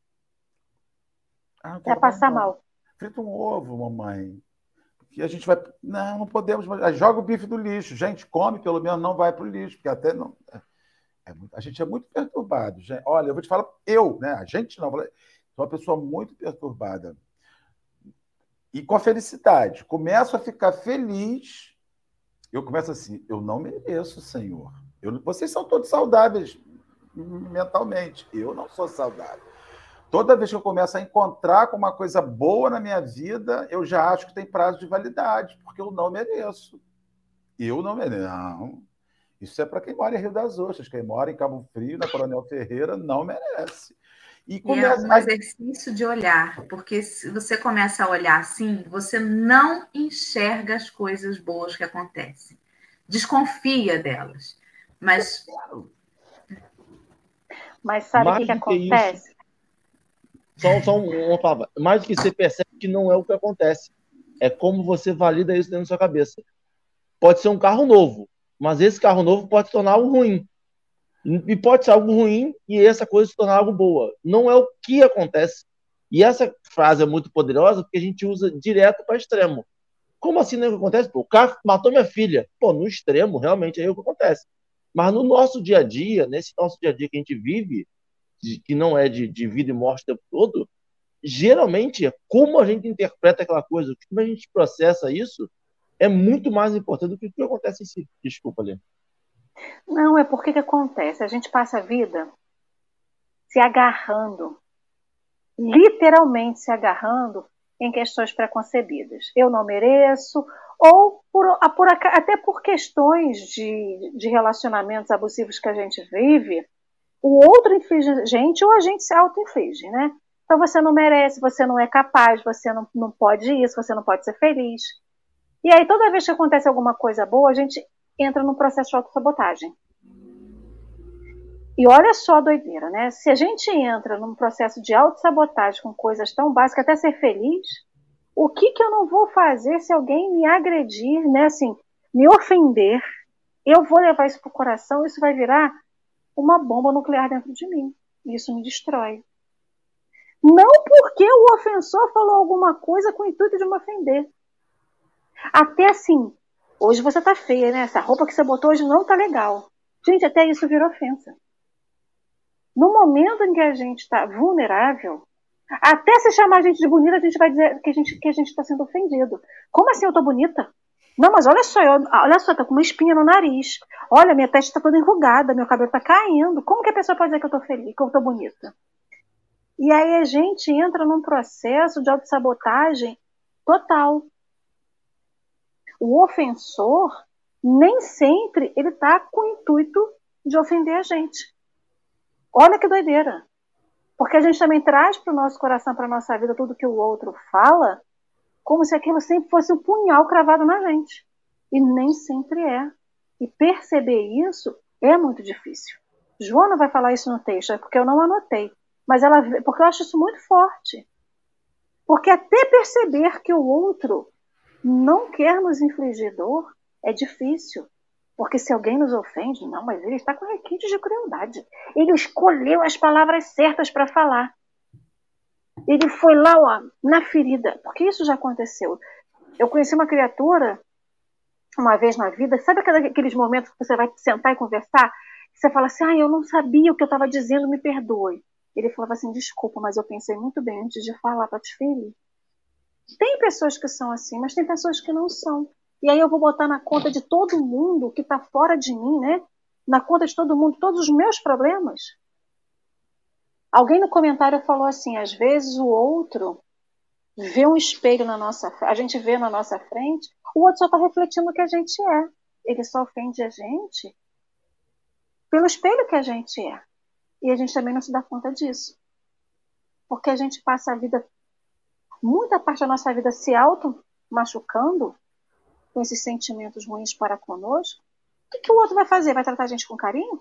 Ah, Vai passar mal. Frita um ovo, mamãe. Que a gente vai... Não, não podemos... Joga o bife do lixo. Gente, come, pelo menos não vai para o lixo, porque até não... É muito... A gente é muito perturbado. Gente. Olha, eu vou te falar, eu, né? A gente não... Sou uma pessoa muito perturbada. E com a felicidade. Começo a ficar feliz. Eu começo assim, eu não mereço, Senhor. Eu... Vocês são todos saudáveis mentalmente. Eu não sou saudável. Toda vez que eu começo a encontrar com uma coisa boa na minha vida, eu já acho que tem prazo de validade, porque eu não mereço. Eu não mereço. Não. Isso é para quem mora em Rio das Ostras. Quem mora em Cabo Frio, na Coronel Ferreira, não merece. E, começa... e é um exercício de olhar, porque se você começa a olhar assim, você não enxerga as coisas boas que acontecem. Desconfia delas. Mas, Mas sabe o que, que acontece? Isso. Só, só uma palavra. Mais do que você percebe que não é o que acontece. É como você valida isso dentro da sua cabeça. Pode ser um carro novo, mas esse carro novo pode se tornar algo ruim. E pode ser algo ruim e essa coisa se tornar algo boa. Não é o que acontece. E essa frase é muito poderosa porque a gente usa direto para extremo. Como assim não é o que acontece? Pô, o carro matou minha filha. Pô, no extremo, realmente é o que acontece. Mas no nosso dia a dia, nesse nosso dia a dia que a gente vive, que não é de, de vida e morte o tempo todo, geralmente, como a gente interpreta aquela coisa, como a gente processa isso, é muito mais importante do que o que acontece em si. Desculpa, Lê. Não, é porque que acontece? A gente passa a vida se agarrando, literalmente se agarrando em questões preconcebidas. Eu não mereço, ou por, por, até por questões de, de relacionamentos abusivos que a gente vive, o outro inflige a gente ou a gente se auto-inflige, né? Então você não merece, você não é capaz, você não, não pode isso, você não pode ser feliz. E aí toda vez que acontece alguma coisa boa, a gente entra num processo de autossabotagem. E olha só a doideira, né? Se a gente entra num processo de autossabotagem com coisas tão básicas, até ser feliz, o que, que eu não vou fazer se alguém me agredir, né? Assim, me ofender? Eu vou levar isso pro coração, isso vai virar uma bomba nuclear dentro de mim. E isso me destrói. Não porque o ofensor falou alguma coisa com o intuito de me ofender. Até assim, hoje você tá feia, né? Essa roupa que você botou hoje não tá legal. Gente, até isso vira ofensa. No momento em que a gente está vulnerável, até se chamar a gente de bonita, a gente vai dizer que a gente que a gente está sendo ofendido. Como assim eu tô bonita? Não, mas olha só, eu, olha só, tá com uma espinha no nariz. Olha, minha testa tá toda enrugada, meu cabelo tá caindo. Como que a pessoa pode dizer que eu tô feliz, que eu tô bonita? E aí a gente entra num processo de autossabotagem total. O ofensor, nem sempre ele tá com o intuito de ofender a gente. Olha que doideira. Porque a gente também traz para o nosso coração, para a nossa vida, tudo que o outro fala, como se aquilo sempre fosse um punhal cravado na gente. E nem sempre é. E perceber isso é muito difícil. Joana vai falar isso no texto, é porque eu não anotei. Mas ela, porque eu acho isso muito forte. Porque até perceber que o outro não quer nos infligir dor é difícil. Porque se alguém nos ofende, não, mas ele está com requinte de crueldade. Ele escolheu as palavras certas para falar. Ele foi lá, ó, na ferida. Porque isso já aconteceu. Eu conheci uma criatura, uma vez na vida, sabe aqueles momentos que você vai sentar e conversar? Que você fala assim, ah, eu não sabia o que eu estava dizendo, me perdoe. Ele falava assim, desculpa, mas eu pensei muito bem antes de falar para te ferir. Tem pessoas que são assim, mas tem pessoas que não são. E aí eu vou botar na conta de todo mundo que está fora de mim, né? Na conta de todo mundo, todos os meus problemas. Alguém no comentário falou assim, às vezes o outro vê um espelho na nossa frente, a gente vê na nossa frente, o outro só está refletindo o que a gente é. Ele só ofende a gente pelo espelho que a gente é. E a gente também não se dá conta disso. Porque a gente passa a vida, muita parte da nossa vida se auto-machucando com esses sentimentos ruins para conosco. O que, que o outro vai fazer? Vai tratar a gente com carinho?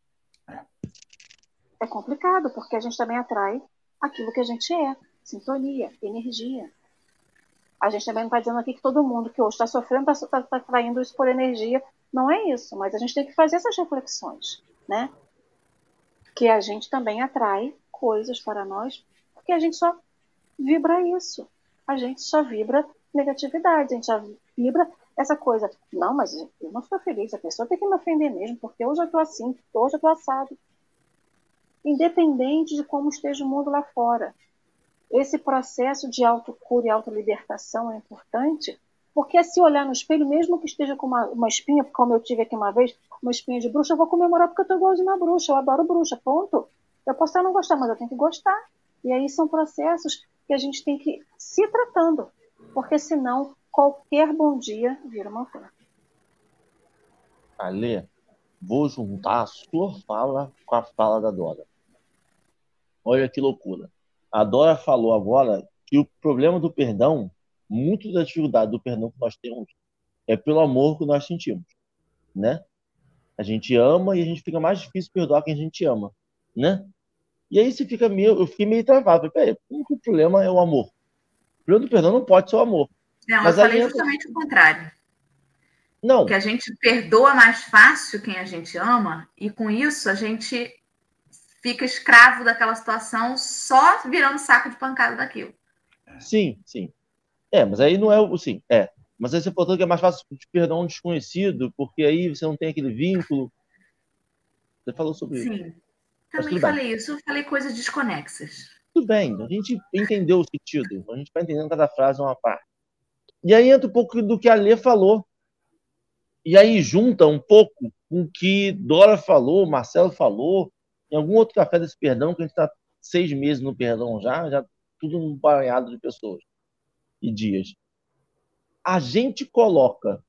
É complicado, porque a gente também atrai aquilo que a gente é. Sintonia, energia. A gente também não está dizendo aqui que todo mundo que hoje está sofrendo está tá, tá atraindo isso por energia. Não é isso, mas a gente tem que fazer essas reflexões, né? Que a gente também atrai coisas para nós, porque a gente só vibra isso. A gente só vibra negatividade, a gente só vibra essa coisa. Não, mas eu não estou feliz, a pessoa tem que me ofender mesmo, porque hoje eu estou assim, hoje eu estou assado. Independente de como esteja o mundo lá fora. Esse processo de autocura e autolibertação é importante, porque se olhar no espelho, mesmo que esteja com uma, uma espinha, como eu tive aqui uma vez, uma espinha de bruxa, eu vou comemorar porque eu estou igualzinho a bruxa, eu adoro bruxa, ponto. Eu posso até não gostar, mas eu tenho que gostar. E aí são processos que a gente tem que ir se tratando, porque senão qualquer bom dia vira uma ofensa. Alê, vou juntar a sua fala com a fala da Dora. Olha que loucura. A Dora falou agora que o problema do perdão, muito da dificuldade do perdão que nós temos, é pelo amor que nós sentimos, né? A gente ama e a gente fica mais difícil perdoar quem a gente ama, né? E aí você fica meio, eu fiquei meio travado. Peraí, como que o problema é o amor? O problema do perdão não pode ser o amor. Não, Mas eu falei entra... justamente o contrário. Não. Que a gente perdoa mais fácil quem a gente ama e com isso a gente fica escravo daquela situação só virando saco de pancada daquilo. Sim, sim. É, mas aí não é o... Sim, é. Mas aí você falou que é mais fácil de perdoar um desconhecido, porque aí você não tem aquele vínculo. Você falou sobre Sim. isso. Sim, também falei bem. Isso. Eu falei coisas desconexas. Tudo bem, a gente entendeu o sentido, a gente vai entendendo cada frase uma parte. E aí entra um pouco do que a Lê falou. E aí junta um pouco com o que Dora falou, Marcelo falou, em algum outro café desse perdão, que a gente está seis meses no perdão já, já tudo um banhado de pessoas e dias. A gente coloca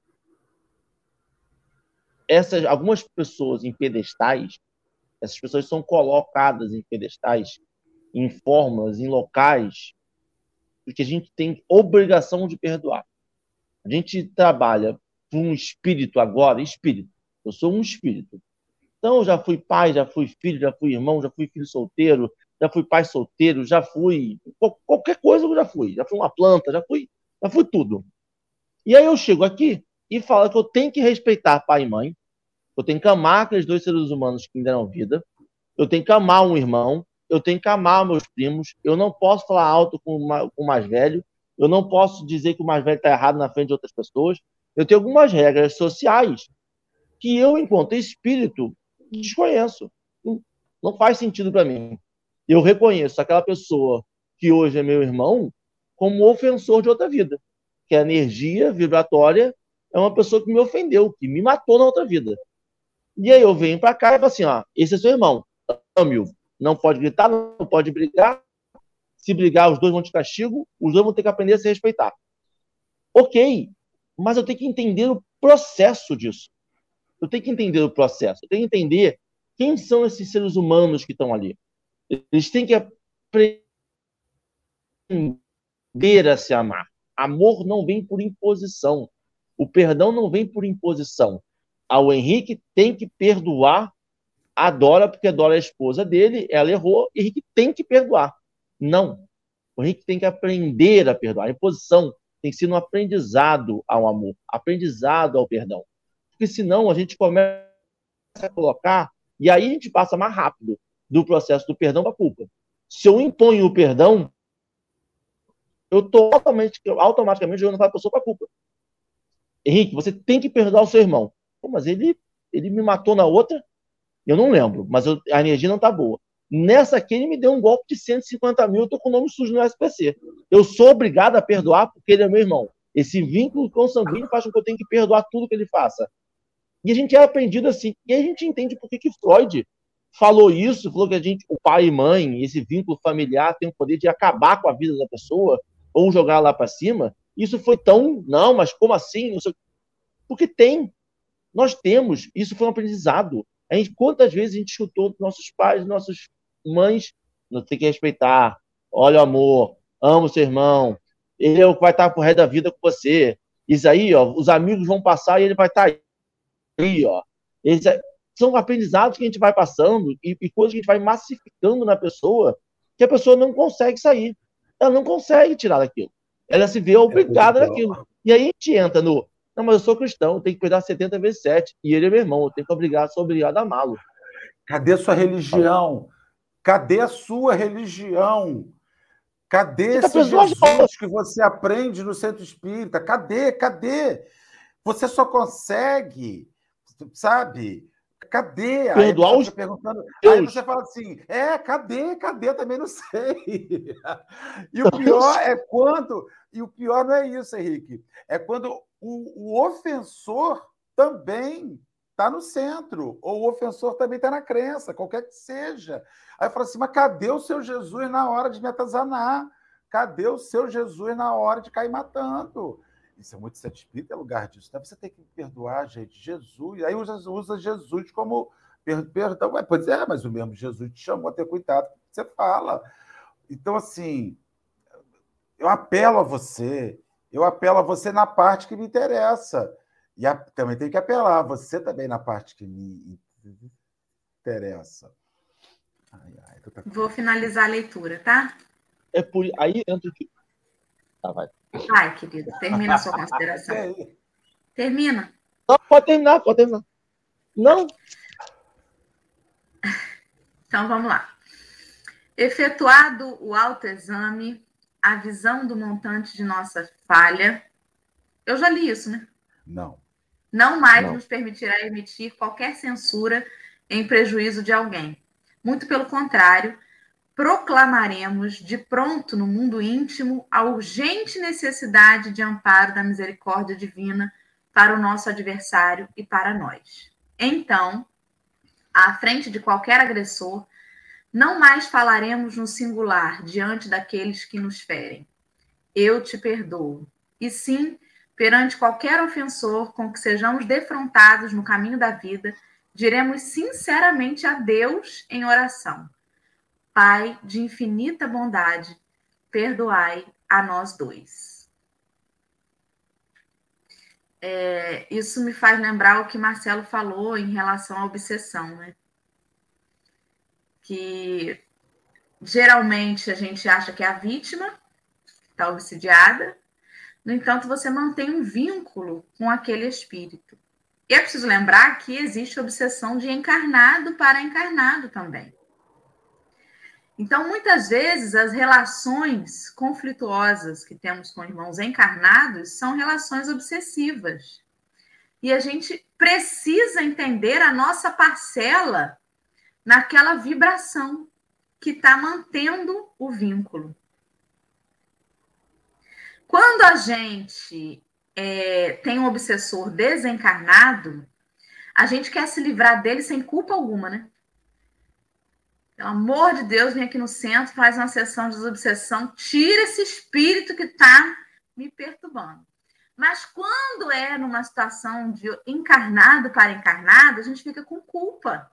essas, algumas pessoas em pedestais, essas pessoas são colocadas em pedestais, em formas, em locais, porque a gente tem obrigação de perdoar. A gente trabalha por um espírito agora, espírito. Eu sou um espírito. Então, eu já fui pai, já fui filho, já fui irmão, já fui filho solteiro, já fui pai solteiro, já fui... Qualquer coisa eu já fui. Já fui uma planta, já fui, já fui tudo. E aí eu chego aqui e falo que eu tenho que respeitar pai e mãe, eu tenho que amar aqueles dois seres humanos que me deram vida, eu tenho que amar um irmão, eu tenho que amar meus primos, eu não posso falar alto com o mais velho, eu não posso dizer que o mais velho está errado na frente de outras pessoas. Eu tenho algumas regras sociais que eu, enquanto espírito, desconheço. Não faz sentido para mim. Eu reconheço aquela pessoa que hoje é meu irmão como ofensor de outra vida, que a energia vibratória é uma pessoa que me ofendeu, que me matou na outra vida. E aí eu venho para cá e falo assim, ó, esse é seu irmão, ame-o. Não pode gritar, não pode brigar. Se brigar, os dois vão de castigo, os dois vão ter que aprender a se respeitar. Ok, mas eu tenho que entender o processo disso. Eu tenho que entender o processo. Eu tenho que entender quem são esses seres humanos que estão ali. Eles têm que aprender a se amar. Amor não vem por imposição. O perdão não vem por imposição. O Henrique tem que perdoar a Dora, porque a Dora é a esposa dele, ela errou, e o Henrique tem que perdoar. Não. O Henrique tem que aprender a perdoar. A imposição tem que ser um aprendizado ao amor, aprendizado ao perdão. Porque senão a gente começa a colocar, e aí a gente passa mais rápido do processo do perdão para a culpa. Se eu imponho o perdão, eu estou automaticamente, automaticamente jogando a pessoa para a culpa. Henrique, você tem que perdoar o seu irmão. Pô, mas ele, ele me matou na outra, eu não lembro, mas eu, a energia não está boa. Nessa aqui ele me deu um golpe de cento e cinquenta mil, eu estou com o nome sujo no S P C. Eu sou obrigado a perdoar porque ele é meu irmão. Esse vínculo consanguíneo faz com que eu tenha que perdoar tudo que ele faça. E a gente é aprendido assim. E a gente entende por que que Freud falou isso, falou que a gente, o pai e mãe, esse vínculo familiar tem o poder de acabar com a vida da pessoa ou jogar lá para cima. Isso foi tão... Não, mas como assim? Não sei... Porque tem. Nós temos. Isso foi um aprendizado. A gente, quantas vezes a gente escutou dos nossos pais, nossas mães, não tem que respeitar, olha o amor, ama o seu irmão, ele é o que vai estar pro resto da vida com você. Isso aí, ó, os amigos vão passar e ele vai estar aí, ó. Eles, são aprendizados que a gente vai passando e, e coisas que a gente vai massificando na pessoa que a pessoa não consegue sair. Ela não consegue tirar daquilo. Ela se vê obrigada naquilo. E aí a gente entra no... Não, mas eu sou cristão, eu tenho que cuidar setenta vezes sete. E ele é meu irmão, eu tenho que obrigar, sou obrigado a amá-lo. Cadê a sua religião? Cadê a sua religião? Cadê esse tá Jesus que você aprende no centro espírita? Cadê? Cadê? Você só consegue, sabe? Cadê? Perdoar aí, os... perguntando... aí você fala assim, é, cadê? Cadê? Também não sei. E o pior é quando... E o pior não é isso, Henrique. É quando o, o ofensor também está no centro, ou o ofensor também está na crença, qualquer que seja. Aí eu falo assim, mas cadê o seu Jesus na hora de me atazanar? Cadê o seu Jesus na hora de cair matando? Isso é muito centro espírita, é lugar disso. Né? Você tem que perdoar, gente. Jesus. Aí usa Jesus como perdão. Ué, pois é, mas o mesmo Jesus te chamou a ter cuidado com o que você fala. Então, assim, eu apelo a você. Eu apelo a você na parte que me interessa. E a, também tem que apelar a você também na parte que me interessa. Ai, ai, tô... Vou finalizar a leitura, tá? É por aí entra que... Tá, vai. Vai, querido, termina a sua consideração. Termina. Não, pode terminar, pode terminar. Não. Então, vamos lá. Efetuado o autoexame, a visão do montante de nossa falha... Eu já li isso, né? Não. Não mais Não. nos permitirá emitir qualquer censura em prejuízo de alguém. Muito pelo contrário, proclamaremos de pronto no mundo íntimo a urgente necessidade de amparo da misericórdia divina para o nosso adversário e para nós. Então, à frente de qualquer agressor, não mais falaremos no singular diante daqueles que nos ferem. Eu te perdoo. E sim, perante qualquer ofensor com que sejamos defrontados no caminho da vida, diremos sinceramente a Deus em oração. Pai de infinita bondade, perdoai a nós dois. É, isso me faz lembrar o que Marcelo falou em relação à obsessão, né? Que geralmente a gente acha que é a vítima está obsidiada, no entanto, você mantém um vínculo com aquele espírito. E é preciso lembrar que existe obsessão de encarnado para encarnado também. Então, muitas vezes, as relações conflituosas que temos com irmãos encarnados são relações obsessivas. E a gente precisa entender a nossa parcela naquela vibração que está mantendo o vínculo. Quando a gente é, tem um obsessor desencarnado, a gente quer se livrar dele sem culpa alguma, né? Pelo amor de Deus, vem aqui no centro, faz uma sessão de desobsessão, tira esse espírito que está me perturbando. Mas quando é numa situação de encarnado para encarnado, a gente fica com culpa.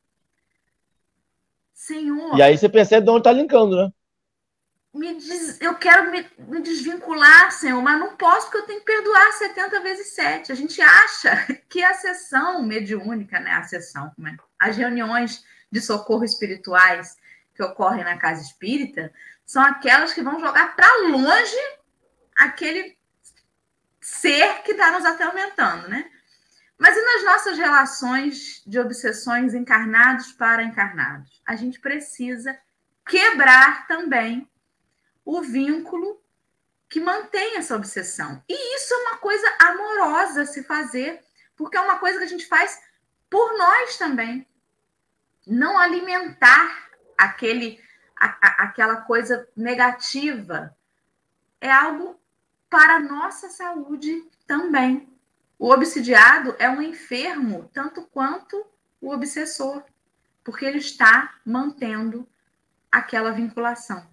Senhor... E aí você percebe de onde está linkando, né? Me diz, eu quero me, me desvincular, Senhor, mas não posso porque eu tenho que perdoar setenta vezes sete. A gente acha que a sessão mediúnica, né, a sessão, né, as reuniões de socorro espirituais que ocorrem na casa espírita são aquelas que vão jogar para longe aquele ser que está nos atormentando, né? Mas e nas nossas relações de obsessões encarnados para encarnados? A gente precisa quebrar também o vínculo que mantém essa obsessão. E isso é uma coisa amorosa a se fazer, porque é uma coisa que a gente faz por nós também. Não alimentar aquele, a, a, aquela coisa negativa. É algo para a nossa saúde também. O obsidiado é um enfermo, tanto quanto o obsessor, porque ele está mantendo aquela vinculação.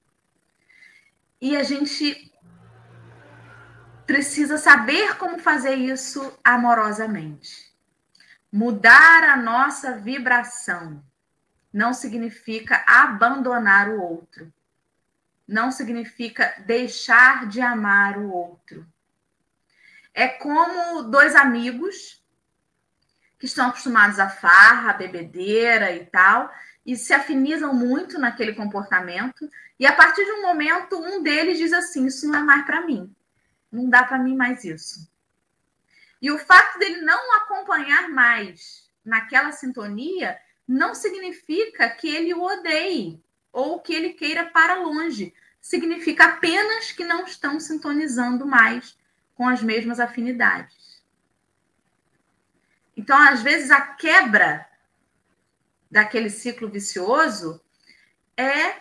E a gente precisa saber como fazer isso amorosamente. Mudar a nossa vibração não significa abandonar o outro. Não significa deixar de amar o outro. É como dois amigos que estão acostumados à farra, à bebedeira e tal, e se afinizam muito naquele comportamento, e a partir de um momento, um deles diz assim, isso não é mais para mim, não dá para mim mais isso. E o fato dele não acompanhar mais naquela sintonia não significa que ele o odeie, ou que ele queira para longe, significa apenas que não estão sintonizando mais com as mesmas afinidades. Então, às vezes, a quebra daquele ciclo vicioso é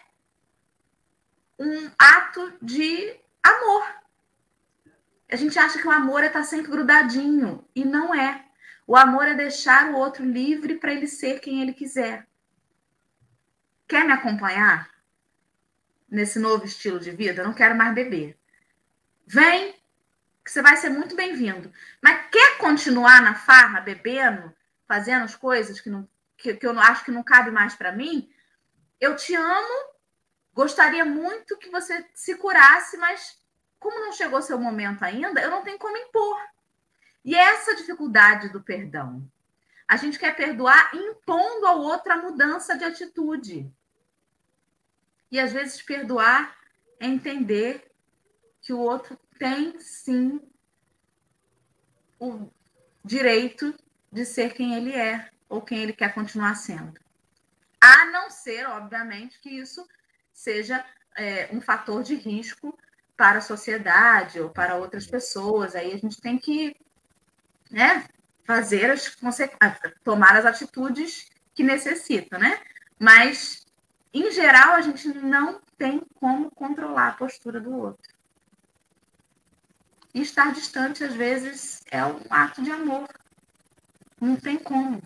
um ato de amor. A gente acha que o amor é estar sempre grudadinho, e não é. O amor é deixar o outro livre para ele ser quem ele quiser. Quer me acompanhar nesse novo estilo de vida? Eu não quero mais beber. Vem, que você vai ser muito bem-vindo. Mas quer continuar na farra, bebendo, fazendo as coisas que, não, que, que eu não, acho que não cabe mais para mim? Eu te amo, gostaria muito que você se curasse, mas como não chegou seu momento ainda, eu não tenho como impor. E essa dificuldade do perdão. A gente quer perdoar impondo ao outro a mudança de atitude. E às vezes perdoar é entender que o outro tem, sim, o direito de ser quem ele é ou quem ele quer continuar sendo. A não ser, obviamente, que isso seja é, um fator de risco para a sociedade ou para outras pessoas. Aí a gente tem que, né, fazer as tomar as atitudes que necessita, né? Mas em geral, a gente não tem como controlar a postura do outro. E estar distante, às vezes, é um ato de amor. Não tem como.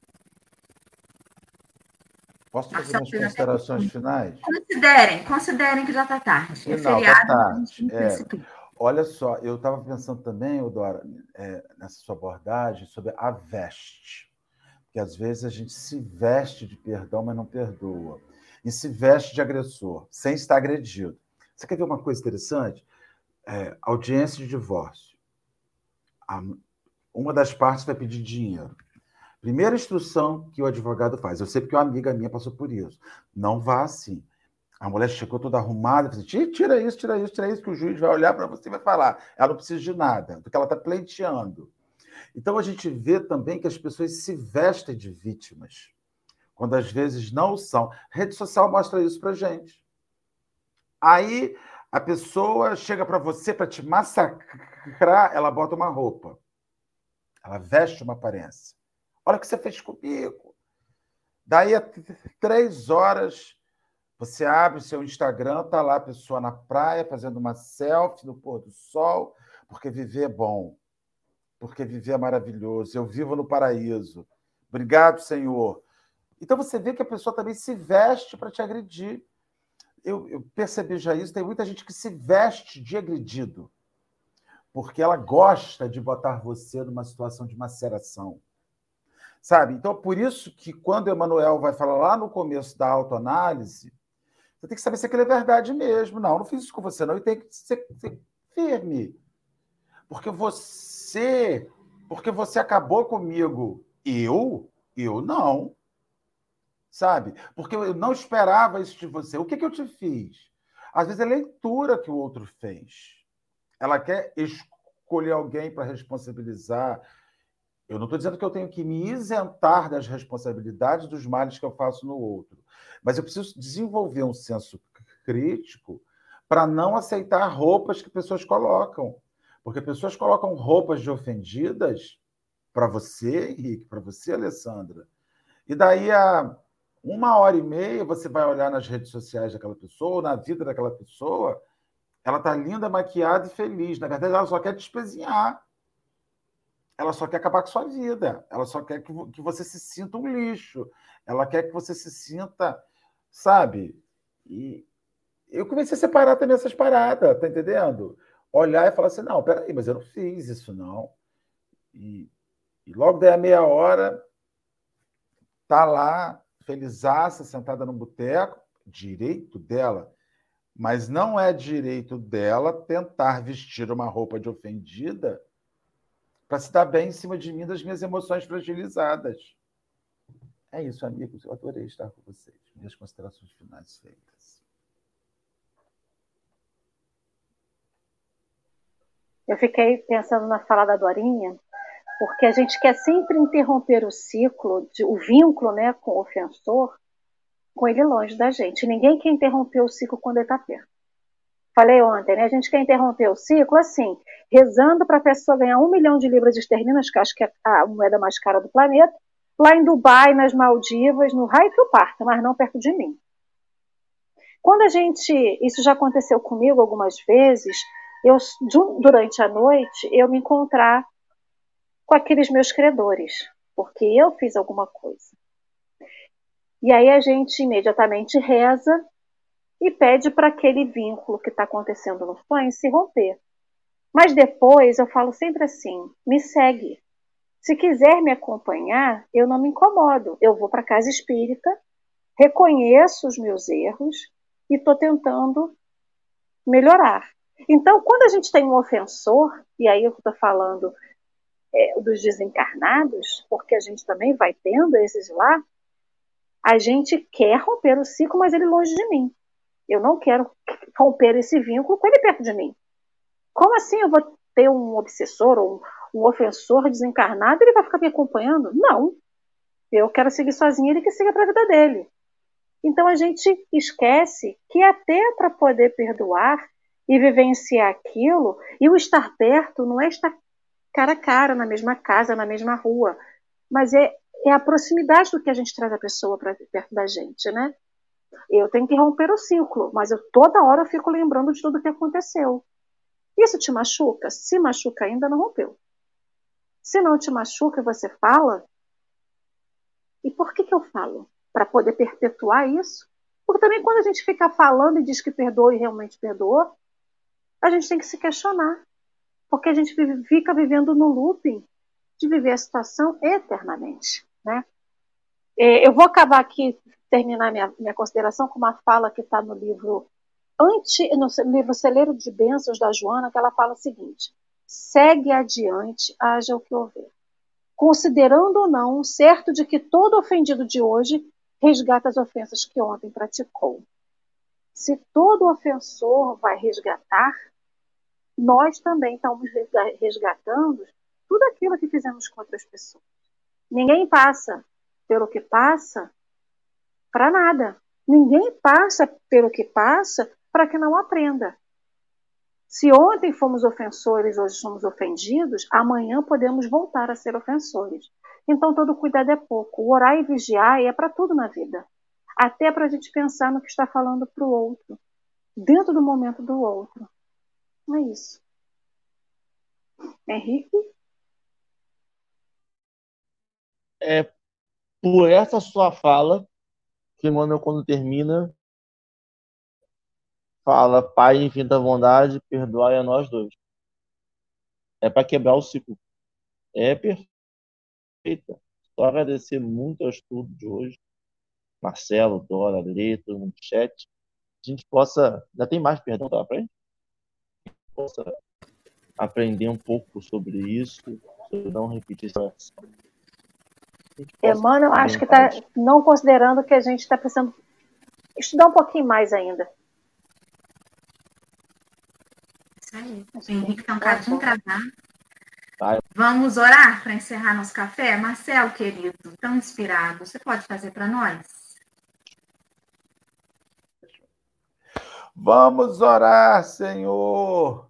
Posso fazer Marcelo, umas você já tem- considerações finais? Considerem, considerem que já está tarde. É Não, tá feriado, a tarde. gente não É, precipita. olha só, eu estava pensando também, Eudora, é, nessa sua abordagem, sobre a veste. Que às vezes a gente se veste de perdão, mas não perdoa. E se veste de agressor, sem estar agredido. Você quer ver uma coisa interessante? É, audiência de divórcio. A- uma das partes vai pedir dinheiro. Primeira instrução que o advogado faz. Eu sei porque uma amiga minha passou por isso. Não vá assim. A mulher chegou toda arrumada, falou assim, tira isso, tira isso, tira isso, que o juiz vai olhar para você e vai falar. Ela não precisa de nada, do que ela está pleiteando. Então, a gente vê também que as pessoas se vestem de vítimas, quando às vezes não são. A rede social mostra isso para gente. Aí, a pessoa chega para você para te massacrar, ela bota uma roupa. Ela veste uma aparência. Olha o que você fez comigo. Daí, a três horas, você abre o seu Instagram, está lá a pessoa na praia, fazendo uma selfie no pôr do sol, porque viver é bom. Porque viver é maravilhoso, eu vivo no paraíso. Obrigado, Senhor. Então você vê que a pessoa também se veste para te agredir. Eu, eu percebi já isso, tem muita gente que se veste de agredido, porque ela gosta de botar você numa situação de maceração. Sabe? Então, por isso que quando o Emanuel vai falar lá no começo da autoanálise, você tem que saber se aquilo é verdade mesmo. Não, eu não fiz isso com você, não. E tem que ser, ser firme. Porque você, porque você acabou comigo. Eu? Eu não. Sabe? Porque eu não esperava isso de você. O que, que eu te fiz? Às vezes é leitura que o outro fez. Ela quer escolher alguém para responsabilizar. Eu não estou dizendo que eu tenho que me isentar das responsabilidades dos males que eu faço no outro. Mas eu preciso desenvolver um senso crítico para não aceitar roupas que pessoas colocam. Porque pessoas colocam roupas de ofendidas para você, Henrique, para você, Alessandra. E daí, a uma hora e meia, você vai olhar nas redes sociais daquela pessoa, ou na vida daquela pessoa, ela está linda, maquiada e feliz. Na verdade, ela só quer te espezinhar. Ela só quer acabar com a sua vida. Ela só quer que você se sinta um lixo. Ela quer que você se sinta, sabe? E eu comecei a separar também essas paradas, tá entendendo? Olhar e falar assim, não, peraí, mas eu não fiz isso, não. E, e logo daí a meia hora, tá lá, felizaça, sentada no boteco, direito dela, mas não é direito dela tentar vestir uma roupa de ofendida para se dar bem em cima de mim, das minhas emoções fragilizadas. É isso, amigos. Eu adorei estar com vocês. Minhas considerações finais feitas. Eu fiquei pensando na fala da Dorinha, porque a gente quer sempre interromper o ciclo, de, o vínculo, né, com o ofensor, com ele longe da gente. Ninguém quer interromper o ciclo quando ele está perto. Falei ontem, né? A gente quer interromper o ciclo assim, rezando para a pessoa ganhar um milhão de libras esterlinas, que acho que é a moeda mais cara do planeta, lá em Dubai, nas Maldivas, no raio que eu parta, mas não perto de mim. Quando a gente, isso já aconteceu comigo algumas vezes, eu, durante a noite, eu me encontrar com aqueles meus credores, porque eu fiz alguma coisa. E aí a gente imediatamente reza e pede para aquele vínculo que está acontecendo no sonho se romper. Mas depois eu falo sempre assim, me segue. Se quiser me acompanhar, eu não me incomodo. Eu vou para a casa espírita, reconheço os meus erros e estou tentando melhorar. Então, quando a gente tem um ofensor, e aí eu estou falando é, dos desencarnados, porque a gente também vai tendo esses lá, a gente quer romper o ciclo, mas ele longe de mim. Eu não quero romper esse vínculo com ele perto de mim. Como assim eu vou ter um obsessor ou um, um ofensor desencarnado e ele vai ficar me acompanhando? Não. Eu quero seguir sozinho, ele que siga para a vida dele. Então a gente esquece que até para poder perdoar e vivenciar aquilo, e o estar perto não é estar cara a cara, na mesma casa, na mesma rua, mas é, é a proximidade do que a gente traz a pessoa para perto da gente, né? Eu tenho que romper o ciclo, mas eu toda hora eu fico lembrando de tudo que aconteceu. Isso te machuca? Se machuca ainda, não rompeu. Se não te machuca, você fala. E por que que eu falo? Para poder perpetuar isso? Porque também quando a gente fica falando e diz que perdoa e realmente perdoou, a gente tem que se questionar. Porque a gente fica vivendo no looping de viver a situação eternamente, né? Eu vou acabar aqui, terminar minha, minha consideração com uma fala que está no livro anti, no livro Celeiro de Bênçãos da Joana, que ela fala o seguinte: segue adiante, haja o que houver, considerando ou não certo de que todo ofendido de hoje resgata as ofensas que ontem praticou. Se todo ofensor vai resgatar, nós também estamos resgatando tudo aquilo que fizemos com outras pessoas. Ninguém passa pelo que passa para nada. Ninguém passa pelo que passa para que não aprenda. Se ontem fomos ofensores, hoje somos ofendidos, amanhã podemos voltar a ser ofensores. Então todo cuidado é pouco. O orar e vigiar é para tudo na vida. Até para a gente pensar no que está falando para o outro, dentro do momento do outro. Não é isso. Henrique? É por essa sua fala que Emmanuel, quando termina, fala: Pai, infinita bondade, perdoai a nós dois. É para quebrar o ciclo. É perfeita. Só agradecer muito ao estudo de hoje. Marcelo, Dora, Lê, todo mundo no chat. A gente possa... Ainda tem mais perdão para frente? Possa aprender um pouco sobre isso, sobre não repetir essa ação. Emmanuel, acho que está não considerando que a gente está precisando estudar um pouquinho mais ainda. Isso aí. O Henrique está um bocadinho travado. Vai. Vamos orar para encerrar nosso café? Marcelo, querido, tão inspirado, você pode fazer para nós? Vamos orar, Senhor.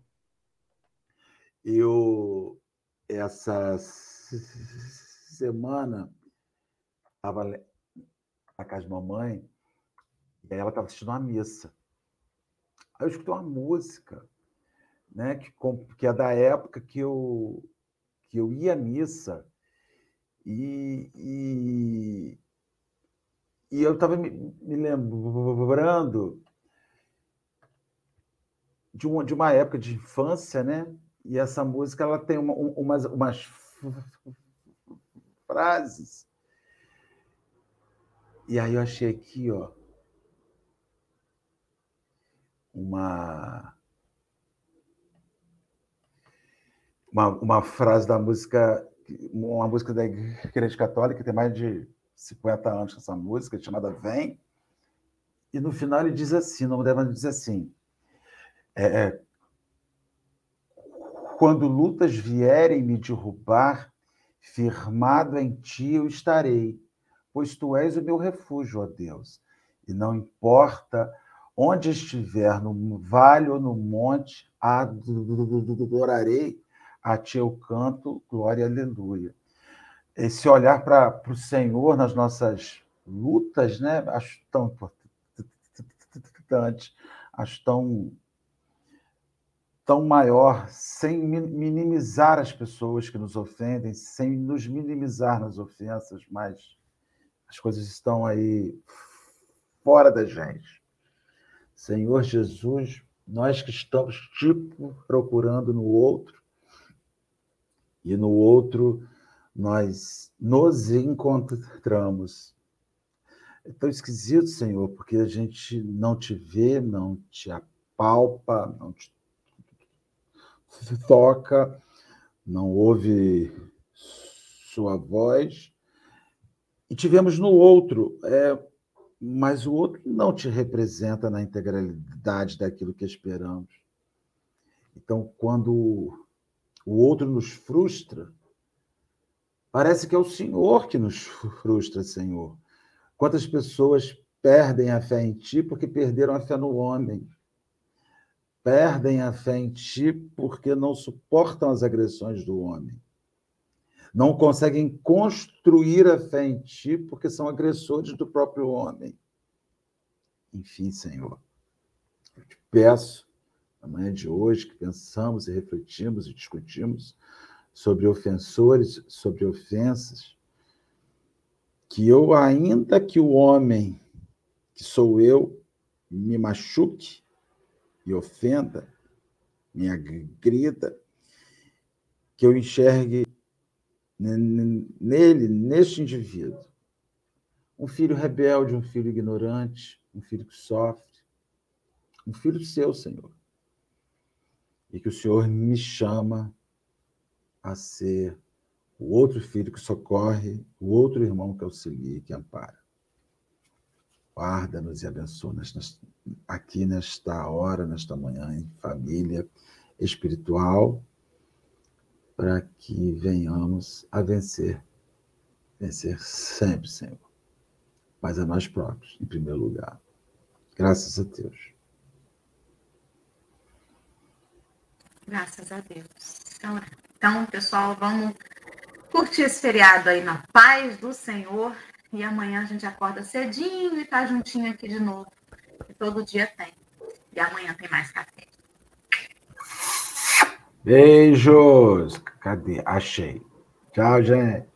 Eu, essa semana, estava na casa de mamãe, e aí ela estava assistindo uma missa. Aí eu escutei uma música, né, que, que é da época que eu, que eu ia à missa, e, e, e eu estava me, me lembrando de uma, de uma época de infância, né? E essa música ela tem uma, umas, umas frases. E aí eu achei aqui, ó, uma, uma, uma frase da música, uma música da Igreja Católica, que tem mais de cinquenta anos essa música, chamada Vem. E no final ele diz assim, não deve dizer assim, é, quando lutas vierem me derrubar, firmado em ti eu estarei, pois tu és o meu refúgio, ó Deus. E não importa onde estiver, no vale ou no monte, adorarei, a ti eu canto, glória, aleluia. Esse olhar para o Senhor nas nossas lutas, né, acho tão importante, acho tão tão maior, sem minimizar as pessoas que nos ofendem, sem nos minimizar nas ofensas, mas as coisas estão aí fora da gente. Senhor Jesus, nós que estamos tipo procurando no outro, e no outro nós nos encontramos. É tão esquisito, Senhor, porque a gente não te vê, não te apalpa, não te toca, não ouve sua voz, e tivemos no outro, é, mas o outro não te representa na integralidade daquilo que esperamos. Então, quando o outro nos frustra, parece que é o Senhor que nos frustra, Senhor. Quantas pessoas perdem a fé em Ti porque perderam a fé no homem? Perdem a fé em Ti porque não suportam as agressões do homem. Não conseguem construir a fé em Ti porque são agressores do próprio homem. Enfim, Senhor, eu te peço, na manhã de hoje, que pensamos e refletimos e discutimos sobre ofensores, sobre ofensas, que eu, ainda que o homem, que sou eu, me machuque e ofenda, me agrida, que eu enxergue nele, neste indivíduo, um filho rebelde, um filho ignorante, um filho que sofre, um filho seu, Senhor. E que o Senhor me chama a ser o outro filho que socorre, o outro irmão que auxilia e que ampara. Guarda-nos e abençoa-nos aqui nesta hora, nesta manhã, em família espiritual, para que venhamos a vencer. Vencer sempre, Senhor. Mas a nós próprios, em primeiro lugar. Graças a Deus. Graças a Deus. Então, então, pessoal, vamos curtir esse feriado aí na paz do Senhor. E amanhã a gente acorda cedinho e tá juntinho aqui de novo. Que todo dia tem. E amanhã tem mais café. Beijos. Cadê? Achei. Tchau, gente.